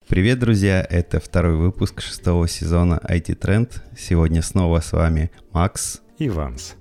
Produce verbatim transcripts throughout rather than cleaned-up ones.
Привет, друзья! Это второй выпуск шестого сезона ай ти Trend. Сегодня снова с вами Макс и Ванс.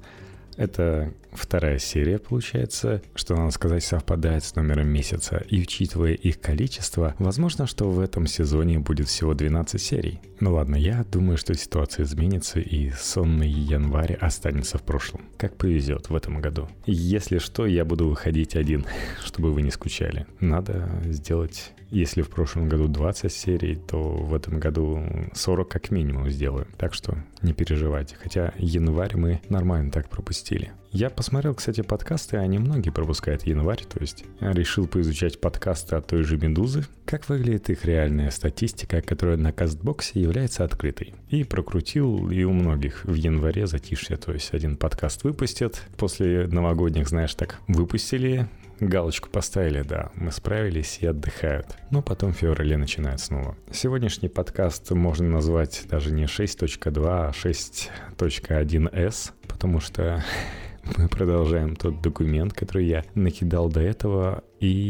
Это вторая серия, получается, что, надо сказать, совпадает с номером месяца. И учитывая их количество, возможно, что в этом сезоне будет всего двенадцать серий. Ну ладно, я думаю, что ситуация изменится и сонный январь останется в прошлом. Как повезет в этом году. Если что, я буду выходить один, чтобы вы не скучали. Надо сделать... Если в прошлом году двадцать серий, то в этом году сорок как минимум сделаю. Так что не переживайте. Хотя январь мы нормально так пропустили. Я посмотрел, кстати, подкасты, они многие пропускают январь. То есть я решил поизучать подкасты от той же «Медузы». Как выглядит их реальная статистика, которая на Кастбоксе является открытой. И прокрутил, и у многих в январе затишье. То есть один подкаст выпустят. После новогодних, знаешь, так выпустили... Галочку поставили, да, мы справились и отдыхают. Но потом в феврале начинают снова. Сегодняшний подкаст можно назвать даже не шесть точка два, а шесть точка один эс, потому что мы продолжаем тот документ, который я накидал до этого.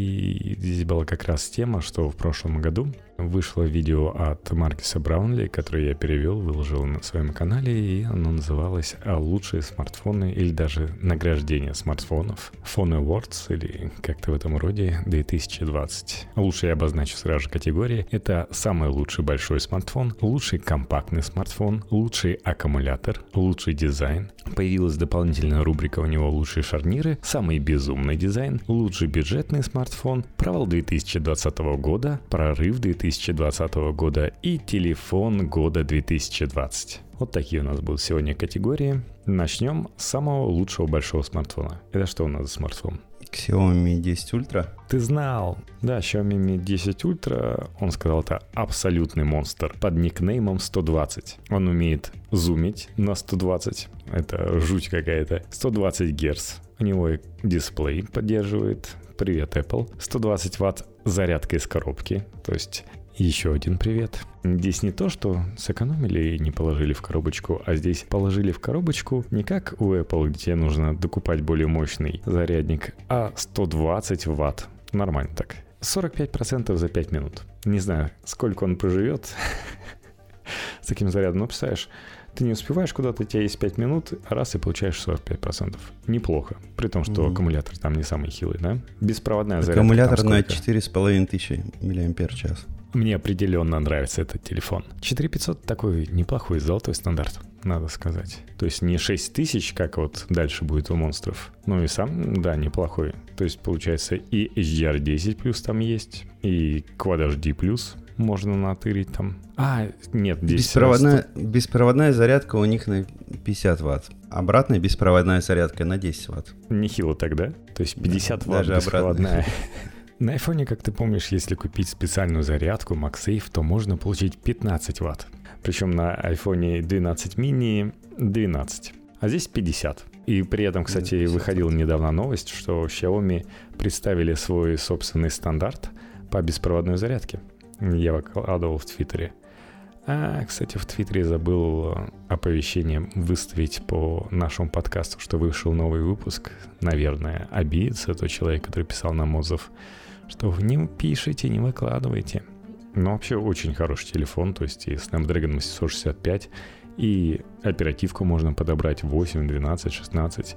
И здесь была как раз тема, что в прошлом году вышло видео от Маркеса Браунли, которое я перевел, выложил на своем канале, и оно называлось «Лучшие смартфоны» или даже «Награждение смартфонов». Phone Awards или как-то в этом роде две тысячи двадцать. Лучше я обозначу сразу же категории. Это самый лучший большой смартфон, лучший компактный смартфон, лучший аккумулятор, лучший дизайн. Появилась дополнительная рубрика у него «Лучшие шарниры», самый безумный дизайн, лучший бюджетный смартфон, провал две тысячи двадцатого года, прорыв две тысячи двадцатого года и телефон года две тысячи двадцать. Вот такие у нас будут сегодня категории. Начнем с самого лучшего большого смартфона. Это что у нас за смартфон? Xiaomi Mi десять Ultra. Ты знал. Да, Xiaomi Mi десять Ultra, он сказал, это абсолютный монстр под никнеймом сто двадцать. Он умеет зумить на сто двадцать. Это жуть какая-то. сто двадцать герц. У него и дисплей поддерживает. Привет, Apple. сто двадцать ватт зарядка из коробки. То есть еще один привет. Здесь не то, что сэкономили и не положили в коробочку, а здесь положили в коробочку не как у Apple, где тебе нужно докупать более мощный зарядник, а сто двадцать ватт. Нормально так. сорок пять процентов за пять минут. Не знаю, сколько он проживет с таким зарядом, но представляешь, ты не успеваешь куда-то, у тебя есть пять минут, раз и получаешь сорок пять процентов. Неплохо. При том, что mm-hmm. аккумулятор там не самый хилый, да? Беспроводная зарядка. Аккумулятор на четыре с половиной тысячи мАч. Мне определенно нравится этот телефон. четыре тысячи пятьсот такой неплохой золотой стандарт, надо сказать. То есть не шесть тысяч, как вот дальше будет у монстров. Ну и сам, да, неплохой. То есть получается и эйч ди ар десять плюс там есть, и Quad эйч ди плюс можно натырить там. А, нет, здесь... Беспроводная, беспроводная зарядка у них на пятьдесят ватт. Обратная беспроводная зарядка на десять ватт. Нехило тогда. То есть пятьдесят да, ватт даже беспроводная. На айфоне, как ты помнишь, если купить специальную зарядку MagSafe, то можно получить пятнадцать ватт. Причем на айфоне двенадцать мини двенадцать, а здесь пятьдесят. И при этом, кстати, пятьдесят. Выходила недавно новость, что Xiaomi представили свой собственный стандарт по беспроводной зарядке. Я выкладывал в Твиттере. А, кстати, в Твиттере забыл оповещение выставить по нашему подкасту, что вышел новый выпуск. Наверное, обидится тот человек, который писал нам отзыв, что вы не пишите, не выкладывайте. Но вообще очень хороший телефон, то есть и Snapdragon восемьсот шестьдесят пять, и оперативку можно подобрать восемь, двенадцать, шестнадцать.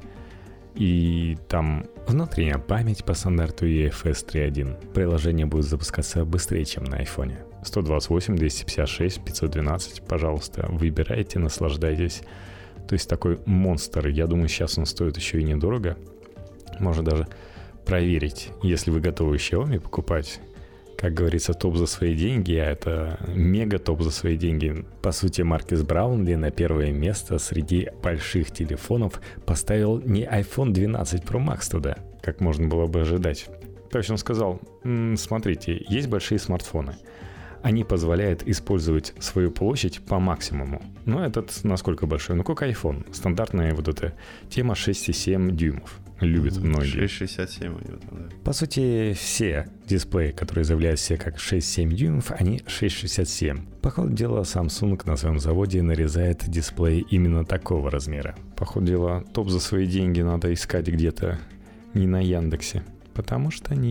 И там внутренняя память по стандарту и эф эс три точка один. Приложение будет запускаться быстрее, чем на айфоне. сто двадцать восемь, двести пятьдесят шесть, пятьсот двенадцать. Пожалуйста, выбирайте, наслаждайтесь. То есть такой монстр. Я думаю, сейчас он стоит еще и недорого. Можно даже проверить, если вы готовы Xiaomi покупать. Как говорится, топ за свои деньги, а это мега топ за свои деньги. По сути, Маркес Браунли на первое место среди больших телефонов поставил не айфон двенадцать про макс туда, как можно было бы ожидать. То есть он сказал, м-м, смотрите, есть большие смартфоны. Они позволяют использовать свою площадь по максимуму. Но этот насколько большой? Ну, как iPhone. Стандартная вот эта тема шесть и семь дюймов. Любят mm-hmm. многие. шесть шестьдесят семь у него там, да. По сути, все дисплеи, которые заявляют себя как шесть-семь дюймов, они шесть шестьдесят семь. По ходу дела, Samsung на своем заводе нарезает дисплей именно такого размера. По ходу дела, топ за свои деньги надо искать где-то не на Яндексе. Потому что нет.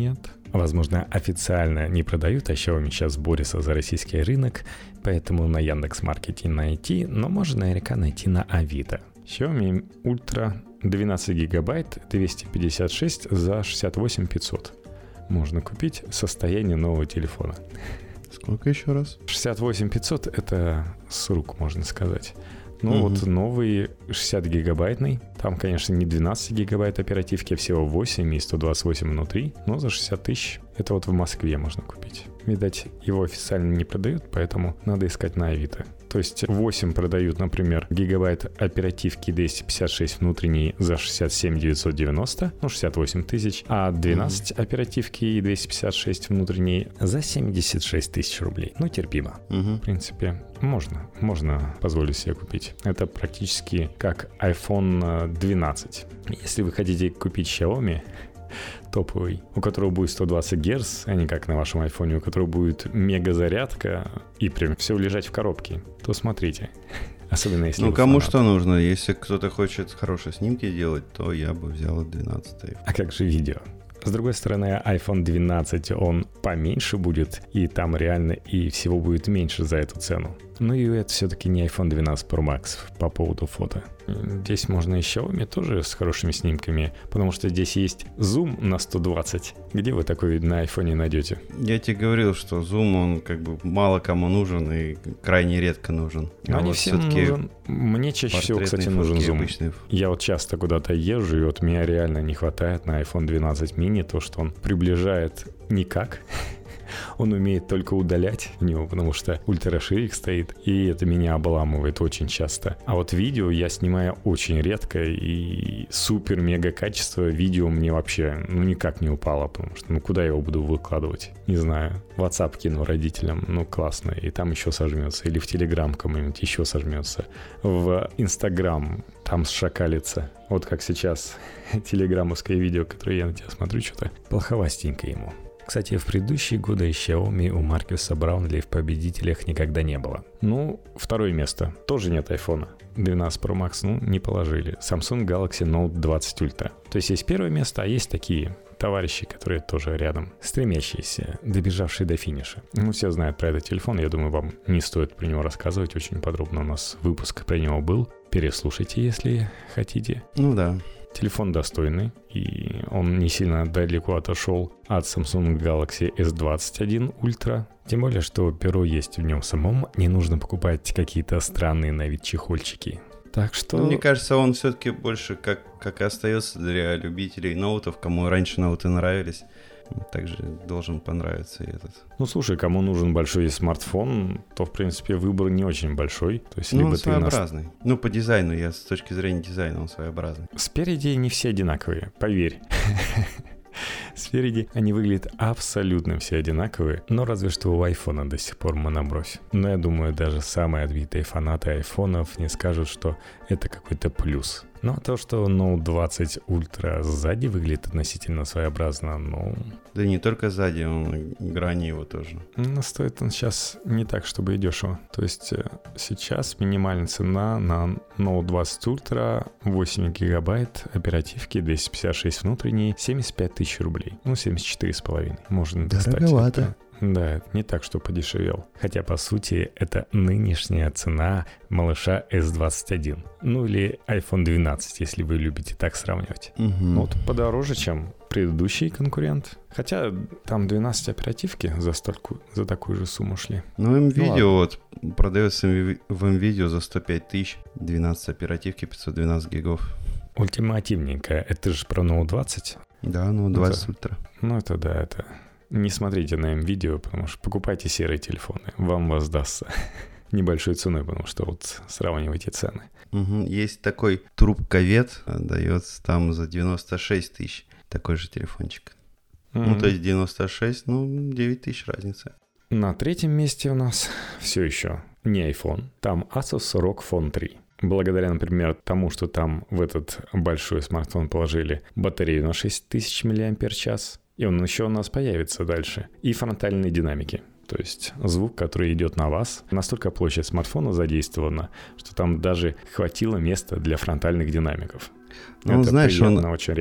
Возможно, официально не продают, а Xiaomi сейчас борется за российский рынок, поэтому на Яндекс.Маркете найти, но можно наверняка найти на Авито. Xiaomi Ultra двенадцать гигабайт, двести пятьдесят шесть за шестьдесят восемь тысяч пятьсот. Можно купить состояние нового телефона. Сколько еще раз? шестьдесят восемь тысяч пятьсот это с рук, можно сказать. Ну Мгм. вот новый шестьдесят гигабайтный. Там, конечно, не двенадцать гигабайт оперативки, а всего восемь и сто двадцать восемь внутри. Но за шестьдесят тысяч это вот в Москве можно купить. Видать, его официально не продают, поэтому надо искать на Авито. То есть восемь продают, например, гигабайт оперативки двести пятьдесят шесть внутренней за шестьдесят семь тысяч девятьсот девяносто, ну шестьдесят восемь тысяч, а двенадцать mm-hmm. оперативки и двести пятьдесят шесть внутренней за семьдесят шесть тысяч рублей. Ну, терпимо. Mm-hmm. В принципе, можно, можно позволить себе купить. Это практически как айфон двенадцать. Если вы хотите купить Xiaomi топовый, у которого будет сто двадцать герц, а не как на вашем айфоне, у которого будет мега зарядка и прям все лежать в коробке, то смотрите. Особенно если Ну, кому фанат. Что нужно? Если кто-то хочет хорошие снимки делать, то я бы взял двенадцать. А как же видео? С другой стороны, айфон двенадцать, он поменьше будет, и там реально и всего будет меньше за эту цену. Ну и это все-таки не айфон двенадцать Pro Max по поводу фото. Здесь можно и Xiaomi тоже с хорошими снимками, потому что здесь есть зум на сто двадцать. Где вы такой на айфоне найдете? Я тебе говорил, что зум, он как бы мало кому нужен и крайне редко нужен. Но а не вот всем нужен. Мне чаще всего, кстати, нужен зум. Обычные. Я вот часто куда-то езжу, и вот меня реально не хватает на айфон двенадцать mini то, что он приближает никак. Он умеет только удалять в него, потому что ультраширик стоит, и это меня обламывает очень часто. А вот видео я снимаю очень редко, и супер-мега качество видео мне вообще ну никак не упало, потому что ну куда я его буду выкладывать? Не знаю. В WhatsApp кину родителям, ну классно, и там еще сожмется. Или в Telegram кому-нибудь еще сожмется. В Instagram там сшакалится. Вот как сейчас телеграммовское видео, которое я на тебя смотрю, что-то плоховастенько ему. Кстати, в предыдущие годы Xiaomi у Маркуса Браунли в победителях никогда не было. Ну, второе место. Тоже нет айфона. двенадцать Pro Max, ну, не положили. Samsung Galaxy Note двадцать Ultra. То есть есть первое место, а есть такие товарищи, которые тоже рядом, стремящиеся, добежавшие до финиша. Ну, все знают про этот телефон, я думаю, вам не стоит про него рассказывать очень подробно. У нас выпуск про него был. Переслушайте, если хотите. Ну да. Телефон достойный, и он не сильно далеко отошел от Samsung Galaxy эс двадцать один Ultra. Тем более, что перо есть в нем самом, не нужно покупать какие-то странные на вид чехольчики. Так что... Ну, мне кажется, он все-таки больше как, как и остается для любителей ноутов, кому раньше ноуты нравились. Также должен понравиться и этот. Ну, слушай, кому нужен большой смартфон, то, в принципе, выбор не очень большой. То есть, ну, либо он ты своеобразный. На... Ну, по дизайну, я с точки зрения дизайна он своеобразный. Спереди не все одинаковые, поверь. Спереди они выглядят абсолютно все одинаковые, но разве что у айфона до сих пор монобровь. Но я думаю, даже самые отбитые фанаты айфонов не скажут, что это какой-то плюс. Ну, а то, что Note двадцать Ultra сзади выглядит относительно своеобразно, ну... Да не только сзади, он, грани его тоже. Но стоит он сейчас не так, чтобы и дешево. То есть сейчас минимальная цена на Note двадцать Ultra восемь гигабайт оперативки, двести пятьдесят шесть внутренней, семьдесят пять тысяч рублей. Ну, семьдесят четыре с половиной. Можно достать. Дороговато. Да, не так, что подешевел. Хотя, по сути, это нынешняя цена малыша эс двадцать один. Ну или айфон двенадцать, если вы любите так сравнивать. Угу. Ну, вот подороже, чем предыдущий конкурент. Хотя там двенадцать оперативки за, столько, за такую же сумму шли. Ну, МВидео ну, вот продается в МВидео за сто пять тысяч, двенадцать оперативки, пятьсот двенадцать гигов. Ультимативненько. Это же про Note двадцать? Да, Note двадцать Ultra. Ну, это да, это... Не смотрите на МВидео, потому что покупайте серые телефоны. Вам воздастся небольшой ценой, потому что вот сравнивайте цены. Угу. Есть такой трубковед, дается там за девяносто шесть тысяч. Такой же телефончик. Mm-hmm. Ну, то есть девяносто шесть, ну, девять тысяч разница. На третьем месте у нас все еще не iPhone. Там Asus ROG Phone три. Благодаря, например, тому, что там в этот большой смартфон положили батарею на шесть тысяч мАч, и он еще у нас появится дальше. И фронтальные динамики. То есть звук, который идет на вас. Настолько площадь смартфона задействована, что там даже хватило места для фронтальных динамиков. Ну, это знаешь, приятно, он, очень редко.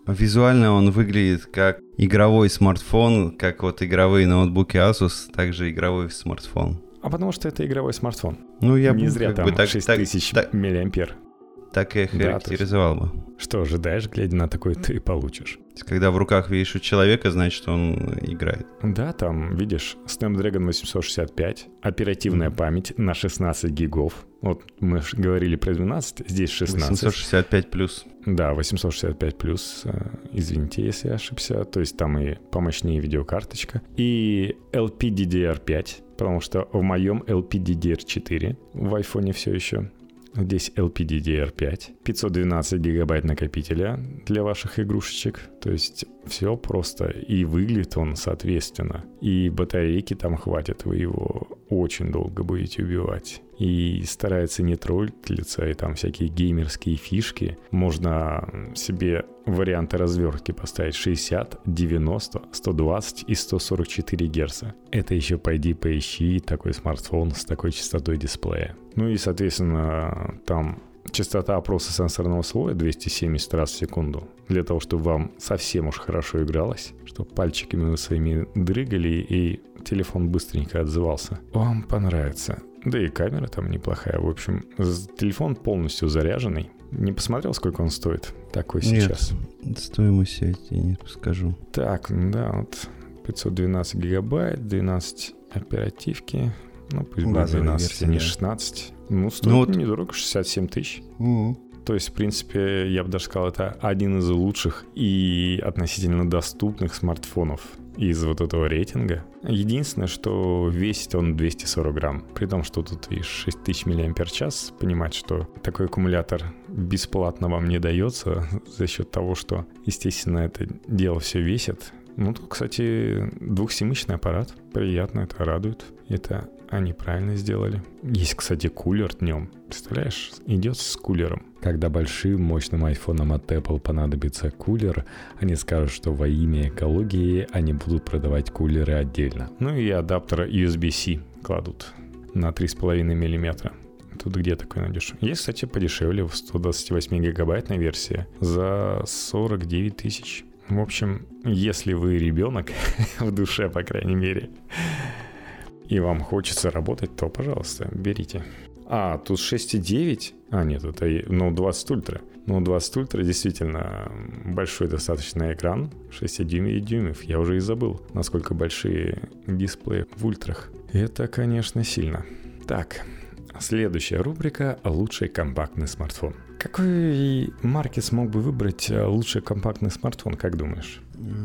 Визуально он выглядит как игровой смартфон, как вот игровые ноутбуки Asus, также игровой смартфон. А потому что это игровой смартфон. Ну, я Не бы зря как там бы так, шесть так, тысяч так, миллиампер. Так и характеризовал бы. Что ожидаешь, глядя на такой, ты и получишь. Когда в руках видишь у человека, значит, он играет. Да, там, видишь, Snapdragon восемьсот шестьдесят пять, оперативная mm-hmm. память на шестнадцать гигов. Вот мы говорили про двенадцать, здесь шестнадцать. восемьсот шестьдесят пять плюс. Да, восемьсот шестьдесят пять плюс, извините, если я ошибся. То есть там и помощнее видеокарточка. И эл пи ди ди ар пять, потому что в моем эл пи ди ди ар четыре в айфоне все еще. Здесь эл пи ди ди ар пять, пятьсот двенадцать гигабайт накопителя для ваших игрушечек. То есть все просто. И выглядит он соответственно. И батарейки там хватит, вы его очень долго будете убивать. И старается не троллить лица, и там всякие геймерские фишки. Можно себе варианты развертки поставить шестьдесят, девяносто, сто двадцать и сто сорок четыре герца. Это еще пойди поищи такой смартфон с такой частотой дисплея. Ну и, соответственно, там частота опроса сенсорного слоя двести семьдесят раз в секунду. Для того, чтобы вам совсем уж хорошо игралось, чтобы пальчиками вы своими дрыгали и телефон быстренько отзывался. Вам понравится. Да и камера там неплохая. В общем, телефон полностью заряженный. Не посмотрел, сколько он стоит? Такой сейчас. Нет, стоимость я тебе не скажу. Так, да, вот пятьсот двенадцать гигабайт, двенадцать оперативки. Ну, пусть будет двенадцать, а не шестнадцать. Ну, стоит ну, вот... недорого, шестьдесят семь тысяч. Mm-hmm. То есть, в принципе, я бы даже сказал, это один из лучших и относительно доступных смартфонов из вот этого рейтинга. Единственное, что весит он двести сорок грамм. При том, что тут и шесть тысяч миллиампер-час. Понимать, что такой аккумулятор бесплатно вам не дается за счет того, что, естественно, это дело все весит. Ну, тут, кстати, двухсимочный аппарат. Приятно, это радует. Это они правильно сделали. Есть, кстати, кулер днем. Представляешь, идет с кулером. Когда большим мощным айфонам от Apple понадобится кулер, они скажут, что во имя экологии они будут продавать кулеры отдельно. Ну и адаптер ю эс би-C кладут на три с половиной миллиметра. Тут где такой найдешь? Есть, кстати, подешевле, в сто двадцать восемь гигабайтной версии за сорок девять тысяч. В общем, если вы ребенок, в душе, по крайней мере, и вам хочется работать, то, пожалуйста, берите. А, тут шесть и девять. А, нет, это Note двадцать Ultra. Note двадцать Ultra действительно большой достаточно экран. шесть и девять дюймов. Я уже и забыл, насколько большие дисплеи в ультрах. Это, конечно, сильно. Так, следующая рубрика «Лучший компактный смартфон». Какой марки смог бы выбрать лучший компактный смартфон, как думаешь?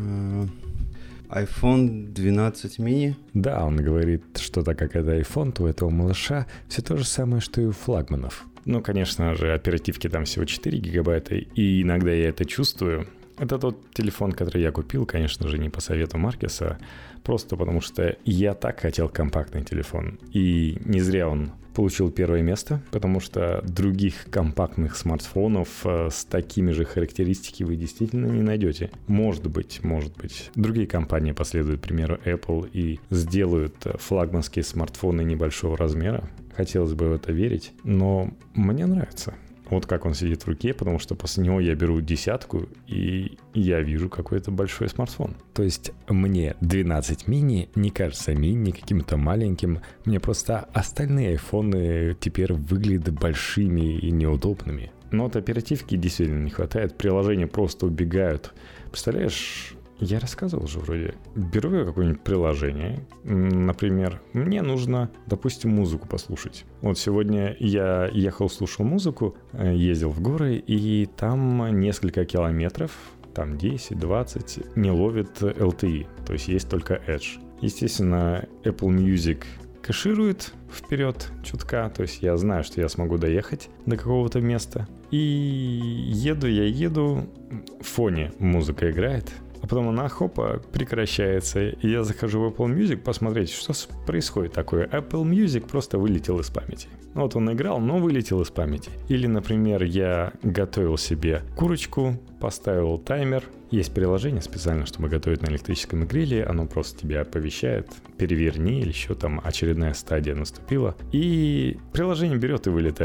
айфон двенадцать мини. Да, он говорит, что так как это iPhone, то у этого малыша все то же самое, что и у флагманов. Ну, конечно же, оперативки там всего четыре гигабайта, и иногда я это чувствую. Это тот телефон, который я купил, конечно же, не по совету Маркеса, просто потому что я так хотел компактный телефон. И не зря он получил первое место, потому что других компактных смартфонов с такими же характеристиками вы действительно не найдете. Может быть, может быть, другие компании последуют примеру Apple и сделают флагманские смартфоны небольшого размера. Хотелось бы в это верить, но мне нравится. Вот как он сидит в руке, потому что после него я беру десятку, и я вижу какой-то большой смартфон. То есть мне двенадцать мини не кажется мини каким-то маленьким. Мне просто остальные айфоны теперь выглядят большими и неудобными. Но от оперативки действительно не хватает. Приложения просто убегают. Представляешь... Я рассказывал же вроде. Беру я какое-нибудь приложение. Например, мне нужно, допустим, музыку послушать. Вот сегодня я ехал, слушал музыку, ездил в горы, и там несколько километров, там десять-двадцать, не ловит эл ти и. То есть есть только Edge. Естественно, Apple Music кэширует вперед чутка. То есть я знаю, что я смогу доехать до какого-то места. И еду я еду, в фоне музыка играет. А потом она, хопа, прекращается. И я захожу в Apple Music посмотреть, что происходит такое. Apple Music просто вылетел из памяти. Вот он играл, но вылетел из памяти. Или, например, я готовил себе курочку, поставил таймер. Есть приложение специально, чтобы готовить на электрическом гриле. Оно просто тебя оповещает. Переверни, или еще там очередная стадия наступила. И приложение берет и вылетает. То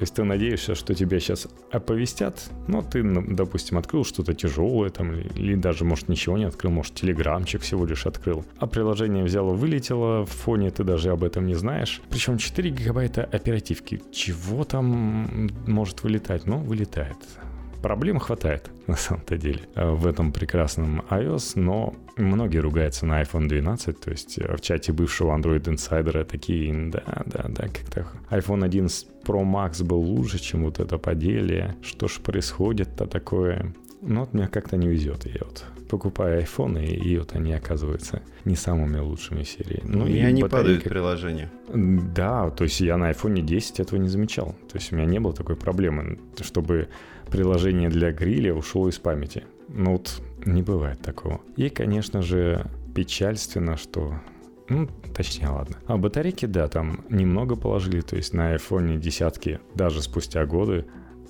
есть ты надеешься, что тебя сейчас оповестят, но ты, допустим, открыл что-то тяжелое там, или даже, может, ничего не открыл, может, телеграмчик всего лишь открыл, а приложение взяло, вылетело, в фоне ты даже об этом не знаешь. Причем четыре гигабайта оперативки. Чего там может вылетать? Ну, вылетает. Проблем хватает, на самом-то деле, в этом прекрасном iOS, но многие ругаются на айфон двенадцать, то есть в чате бывшего Android Insider такие, да-да-да, как-то айфон одиннадцать Pro Max был лучше, чем вот это поделие, что ж происходит-то такое? Но вот мне как-то не везет, я вот покупаю айфоны, и вот они оказываются не самыми лучшими серии. Ну, и, и они батарейка... падают приложения. Да, то есть я на айфоне десять этого не замечал, то есть у меня не было такой проблемы, чтобы приложение для гриля ушло из памяти. Ну вот не бывает такого. И, конечно же, печальственно, что... Ну, точнее, ладно. А батарейки, да, там немного положили, то есть на айфоне десятки, даже спустя годы,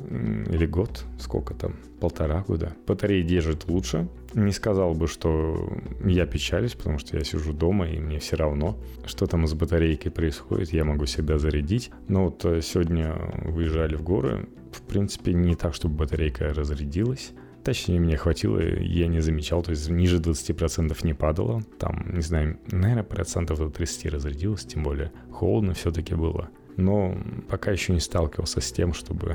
или год, сколько там, полтора года, батареи держит лучше. Не сказал бы, что я печалюсь, потому что я сижу дома, и мне все равно, что там с батарейкой происходит, я могу себя зарядить. Но вот сегодня выезжали в горы, в принципе, не так, чтобы батарейка разрядилась. Точнее, мне хватило, я не замечал, то есть ниже двадцать процентов не падало. Там, не знаю, наверное, процентов до тридцати разрядилось, тем более холодно все-таки было. Но пока еще не сталкивался с тем, чтобы...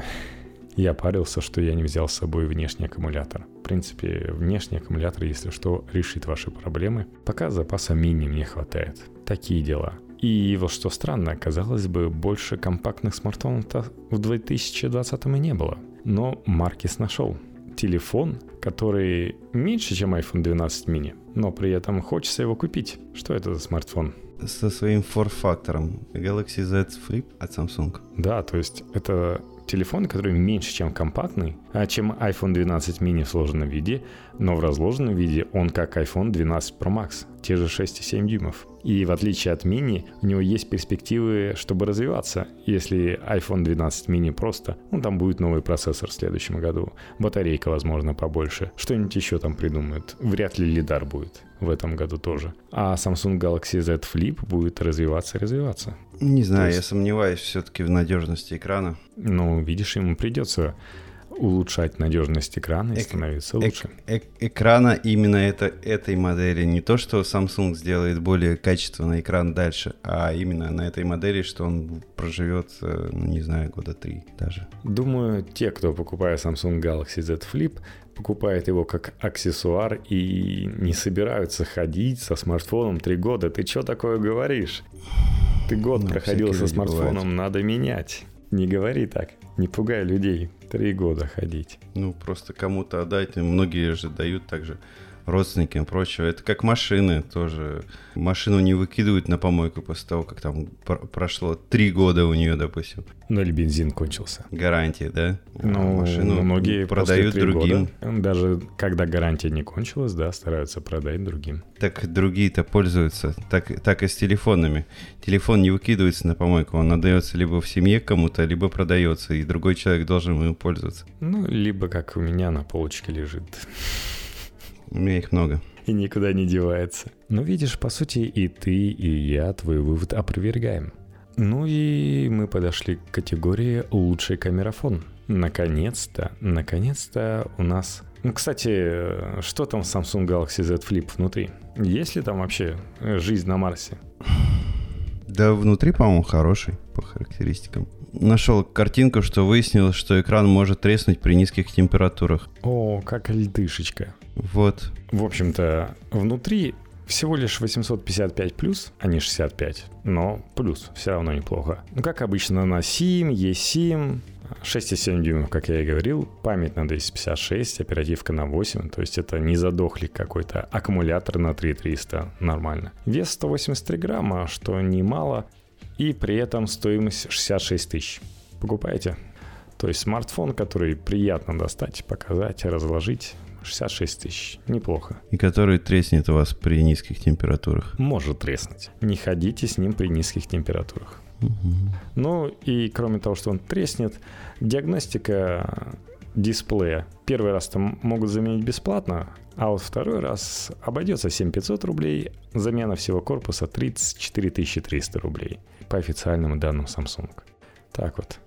Я парился, что я не взял с собой внешний аккумулятор. В принципе, внешний аккумулятор, если что, решит ваши проблемы. Пока запаса мини мне хватает. Такие дела. И вот что странно, казалось бы, больше компактных смартфонов-то в две тысячи двадцатом и не было. Но Маркис нашел телефон, который меньше, чем айфон двенадцать мини, но при этом хочется его купить. Что это за смартфон? Со своим фор-фактором. Galaxy Z Flip от Samsung. Да, то есть это... телефон, который меньше, чем компактный, а чем айфон двенадцать мини в сложенном виде, но в разложенном виде он как айфон двенадцать Pro Max, те же шесть и семь дюймов. И в отличие от мини, у него есть перспективы, чтобы развиваться. Если айфон двенадцать мини просто, ну там будет новый процессор в следующем году, батарейка, возможно, побольше, что-нибудь еще там придумают. Вряд ли лидар будет в этом году тоже. А Samsung Galaxy Z Flip будет развиваться и развиваться. Не знаю, есть... я сомневаюсь все-таки в надежности экрана. Ну, видишь, ему придется улучшать надежность экрана и становиться лучше. Эк- эк- экрана именно это, этой модели. Не то, что Samsung сделает более качественный экран дальше, а именно на этой модели, что он проживет, ну, не знаю, года три даже. Думаю, те, кто покупает Samsung Galaxy Z Flip, покупают его как аксессуар и не собираются ходить со смартфоном три года. Ты что такое говоришь? Ты год ну, проходил со смартфоном, бывает. Надо менять. Не говори так, не пугай людей. Три года ходить. Ну, просто кому-то отдать. Многие же дают также родственникам и прочего. Это как машины тоже. Машину не выкидывают на помойку после того, как там прошло три года у нее, допустим. Ну, или бензин кончился. Гарантия, да? Ну, а машину многие продают другим. Года, даже когда гарантия не кончилась, да, стараются продать другим. Так другие-то пользуются. Так, так и с телефонами. Телефон не выкидывается на помойку. Он отдается либо в семье кому-то, либо продается. И другой человек должен им пользоваться. Ну, либо как у меня на полочке лежит. У меня их много. И никуда не девается. Но видишь, по сути, и ты, и я твой вывод опровергаем. Ну и мы подошли к категории «Лучший камерафон». Наконец-то, наконец-то у нас... Ну, кстати, что там с Samsung Galaxy Z Flip внутри? Есть ли там вообще жизнь на Марсе? Да, внутри, по-моему, хороший по характеристикам. Нашел картинку, что выяснилось, что экран может треснуть при низких температурах. О, как льдышечка. Вот. В общем-то, внутри всего лишь восемьсот пятьдесят пять плюс, а не шестьдесят пять. Но плюс все равно неплохо. Ну, как обычно, на сим, eSIM, шесть и семь дюймов, как я и говорил, память на двести пятьдесят шесть, оперативка на восемь, то есть это не задохлик какой-то, аккумулятор на три тысячи триста, нормально. Вес сто восемьдесят три грамма, что немало, и при этом стоимость шестьдесят шесть тысяч. Покупайте. То есть смартфон, который приятно достать, показать, разложить, шестьдесят шесть тысяч. Неплохо. И который треснет у вас при низких температурах. Может треснуть. Не ходите с ним при низких температурах. Угу. Ну и кроме того, что он треснет, диагностика дисплея. Первый раз там могут заменить бесплатно, а вот второй раз обойдется семь тысяч пятьсот рублей, замена всего корпуса тридцать четыре тысячи триста рублей по официальным данным Samsung. Так вот.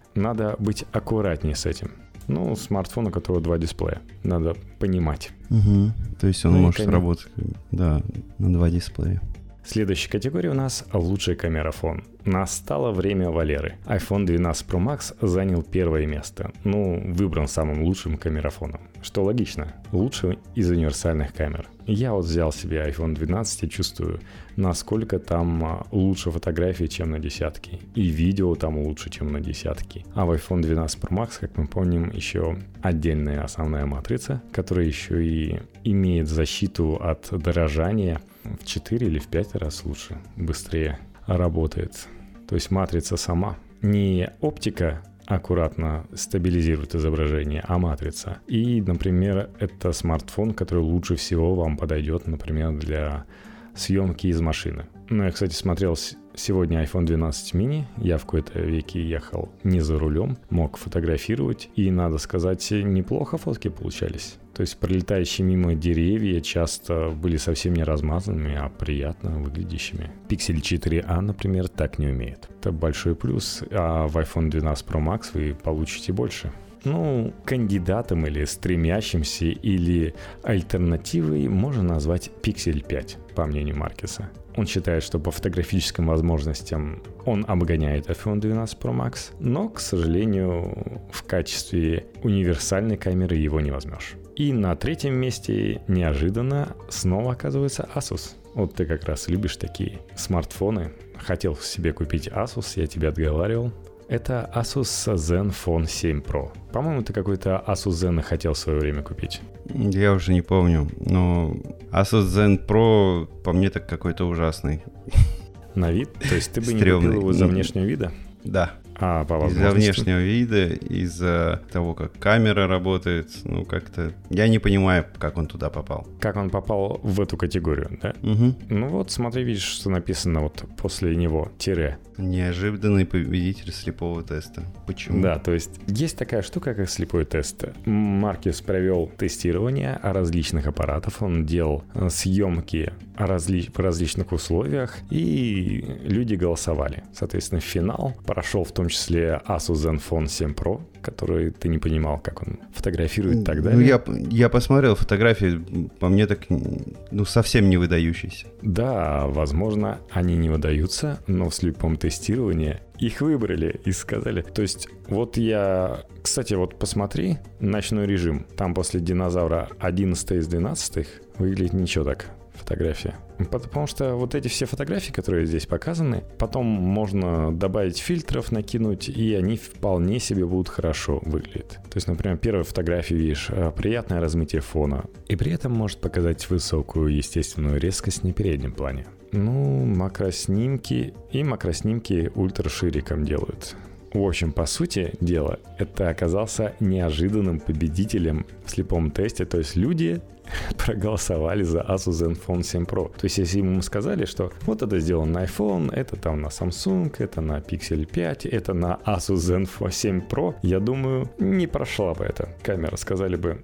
Надо быть аккуратнее с этим. Ну, смартфон, у которого два дисплея. Надо понимать. Угу. То есть он ну может конечно... работать, да, на два дисплея. Следующая категория у нас лучший камерафон. Настало время Валеры. айфон двенадцать Pro Max занял первое место. Ну, выбран самым лучшим камерафоном. Что логично. Лучший из универсальных камер. Я вот взял себе айфон двенадцать и чувствую, насколько там лучше фотографии, чем на десятке. И видео там лучше, чем на десятке. А в айфон двенадцать Pro Max, как мы помним, еще отдельная основная матрица, которая еще и имеет защиту от дорожания в четыре или в пять раз лучше, быстрее работает. То есть матрица сама. Не оптика аккуратно стабилизирует изображение, а матрица. И, например, это смартфон, который лучше всего вам подойдет, например, для съемки из машины. Ну, я, кстати, смотрел сегодня айфон двенадцать мини. Я в какой-то веке ехал не за рулем, мог фотографировать. И, надо сказать, неплохо фотки получались. То есть пролетающие мимо деревья часто были совсем не размазанными, а приятно выглядящими. Pixel четыре а, например, так не умеет. Это большой плюс, а в айфон двенадцать Pro Max вы получите больше. Ну, кандидатом или стремящимся, или альтернативой можно назвать Pixel пять, по мнению Маркеса. Он считает, что по фотографическим возможностям он обгоняет айфон двенадцать Pro Max, но, к сожалению, в качестве универсальной камеры его не возьмешь. И на третьем месте неожиданно снова оказывается Asus. Вот ты как раз любишь такие смартфоны. Хотел себе купить Asus, я тебя отговаривал. Это Asus Zenfone семь Pro. По-моему, ты какой-то Asus Zen хотел в свое время купить. Я уже не помню, но Asus Zen Pro по мне так какой-то ужасный. На вид? То есть ты бы не купил его из-за внешнего вида? Да. А, по из-за внешнего вида, из-за того, как камера работает, ну как-то... Я не понимаю, как он туда попал. Как он попал в эту категорию, да? Угу. Ну вот, смотри, видишь, что написано вот после него, тире. Неожиданный победитель слепого теста. Почему? Да, то есть есть такая штука, как слепой тест. Маркес провел тестирование различных аппаратов, он делал съемки разли... в различных условиях, и люди голосовали. Соответственно, финал прошел в том числе Asus Zenfone семь Pro, который ты не понимал, как он фотографирует и так далее. Ну, я, я посмотрел фотографии, по мне так, ну, совсем не выдающиеся. Да, возможно, они не выдаются, но в слепом тестировании их выбрали и сказали. То есть, вот я... Кстати, вот посмотри ночной режим. Там после динозавра одиннадцать из двенадцать выглядит ничего так. Фотография. Потому что вот эти все фотографии, которые здесь показаны, потом можно добавить фильтров, накинуть, и они вполне себе будут хорошо выглядеть. То есть, например, первая фотография, видишь, приятное размытие фона, и при этом может показать высокую естественную резкость на переднем плане. Ну, макроснимки и макроснимки ультрашириком делают. В общем, по сути дела, это оказался неожиданным победителем в слепом тесте. То есть люди проголосовали за Asus Zenfone семь Pro. То есть если ему сказали, что вот это сделано на iPhone, это там на Samsung, это на Pixel пять, это на Asus Zenfone семь Pro, я думаю, не прошла бы эта камера. Сказали бы,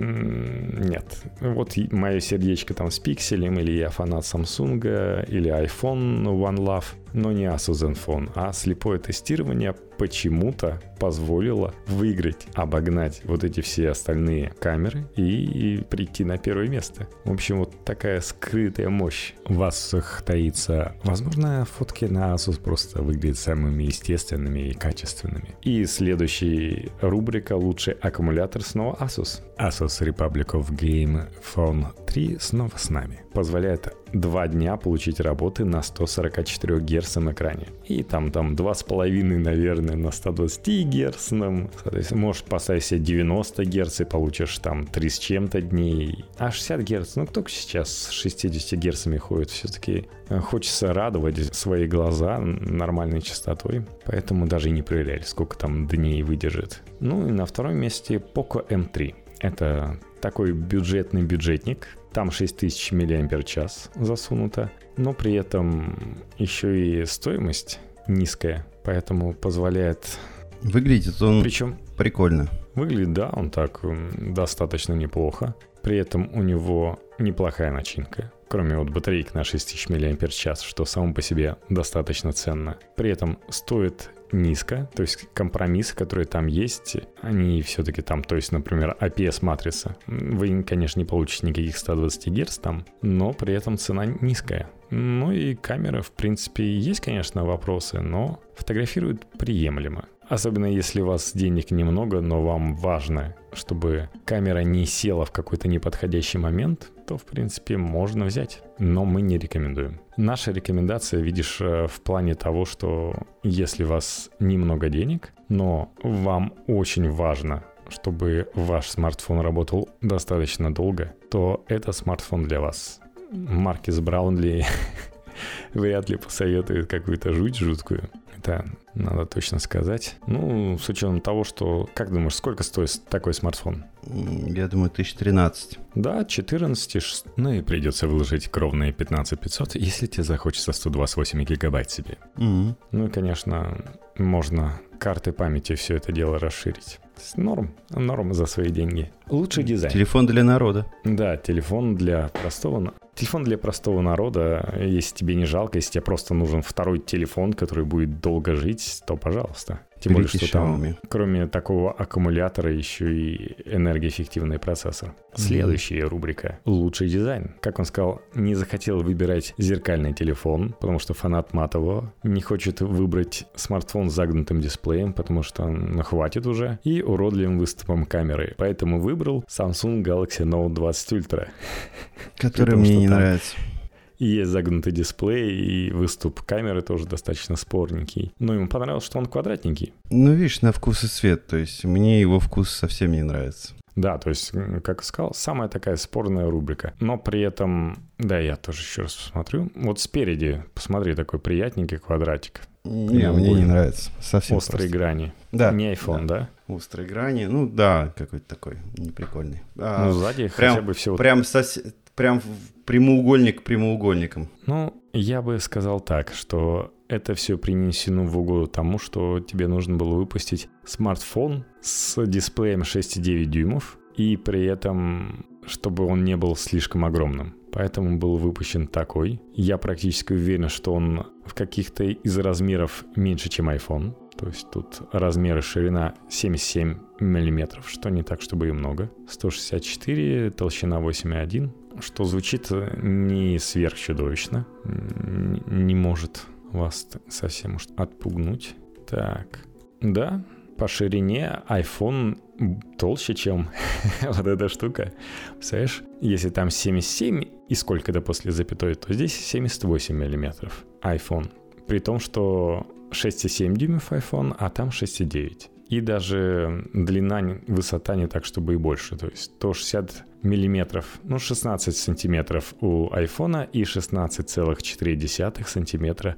м-м, нет, вот мое сердечко там с пикселем, или я фанат Samsung, или iPhone One Love, но не Asus Zenfone, а слепое тестирование почему-то позволило выиграть, обогнать вот эти все остальные камеры и прийти на первое место. В общем, вот такая скрытая мощь в Asus таится. Возможно, фотки на Asus просто выглядят самыми естественными и качественными. И следующая рубрика «Лучший аккумулятор» снова Asus. Asus Republic of Game Phone три снова с нами. Позволяет два дня получить работы на сто сорок четыре герцовом экране. И там, там два с половиной, наверное, на сто двадцать герцовом. Соответственно, можешь поставить себе девяносто герц и получишь там три с чем-то дней. А шестьдесят герц, ну кто сейчас с шестьдесят герцами ходит? Все-таки хочется радовать свои глаза нормальной частотой. Поэтому даже и не проверяли, сколько там дней выдержит. Ну и на втором месте Poco эм три. Это такой бюджетный бюджетник. Там шесть тысяч мАч засунуто, но при этом еще и стоимость низкая, поэтому позволяет... Выглядит он Причем... прикольно. Выглядит, да, он так достаточно неплохо. При этом у него неплохая начинка. Кроме вот батареек на шесть тысяч мАч, что само по себе достаточно ценно. При этом стоит низко, то есть компромиссы, которые там есть, они все-таки там, то есть, например, ай пи эс-матрица. Вы, конечно, не получите никаких сто двадцать герц там, но при этом цена низкая. Ну и камера, в принципе, есть, конечно, вопросы, но фотографирует приемлемо. Особенно если у вас денег немного, но вам важно, чтобы камера не села в какой-то неподходящий момент, то, в принципе, можно взять. Но мы не рекомендуем. Наша рекомендация, видишь, в плане того, что если у вас немного денег, но вам очень важно, чтобы ваш смартфон работал достаточно долго, то это смартфон для вас. Маркис Браунли вряд ли посоветует какую-то жуть жуткую. Это надо точно сказать. Ну, с учетом того, что... Как думаешь, сколько стоит такой смартфон? Я думаю, тысяч тринадцать. Да, четырнадцать. Ну и придется выложить кровные пятнадцать пятьсот, если тебе захочется сто двадцать восемь гигабайт себе. Mm-hmm. Ну и, конечно, можно картой памяти все это дело расширить. Норм, норм за свои деньги. Лучший дизайн. Телефон для народа. Да, телефон для простого... Телефон для простого народа, если тебе не жалко, если тебе просто нужен второй телефон, который будет долго жить, то пожалуйста. Тем более, что там, кроме такого аккумулятора, еще и энергоэффективный процессор. Следующая рубрика – лучший дизайн. Как он сказал, не захотел выбирать зеркальный телефон, потому что фанат матового, не хочет выбрать смартфон с загнутым дисплеем, потому что ну, хватит уже, и уродливым выступом камеры. Поэтому выбрал Samsung Galaxy Note двадцать Ultra. Который мне не нравится. И есть загнутый дисплей, и выступ камеры тоже достаточно спорненький. Но ему понравилось, что он квадратненький. Ну, видишь, на вкус и цвет. То есть мне его вкус совсем не нравится. Да, то есть, как я сказал, самая такая спорная рубрика. Но при этом, да, я тоже еще раз посмотрю. Вот спереди, посмотри, такой приятненький квадратик. Не, мне не нравится. Совсем острые просто. грани. Да. Не iPhone, да? да? Острые грани. Ну, да, какой-то такой неприкольный. А, ну, сзади прям, хотя бы все... Прям, сос... прям прямоугольник прямоугольником. Ну, я бы сказал так, что это все принесено в угоду тому, что тебе нужно было выпустить смартфон с дисплеем шесть целых девять дюймов, и при этом, чтобы он не был слишком огромным. Поэтому был выпущен такой. Я практически уверен, что он в каких-то из размеров меньше, чем iPhone. То есть тут размер и ширина семьдесят семь миллиметров, что не так, чтобы и много. сто шестьдесят четыре, толщина восемь целых один, что звучит не сверхчудовищно. Не может вас совсем уж отпугнуть. Так, да, по ширине iPhone толще, чем вот эта штука. Представляешь, если там семьдесят семь и сколько-то после запятой, то здесь семьдесят восемь миллиметров iPhone. При том, что шесть целых семь дюймов iPhone, а там шесть целых девять. И даже длина, высота не так, чтобы и больше. То есть сто шестьдесят миллиметров, ну шестнадцать сантиметров у iPhone и шестнадцать целых четыре десятых сантиметра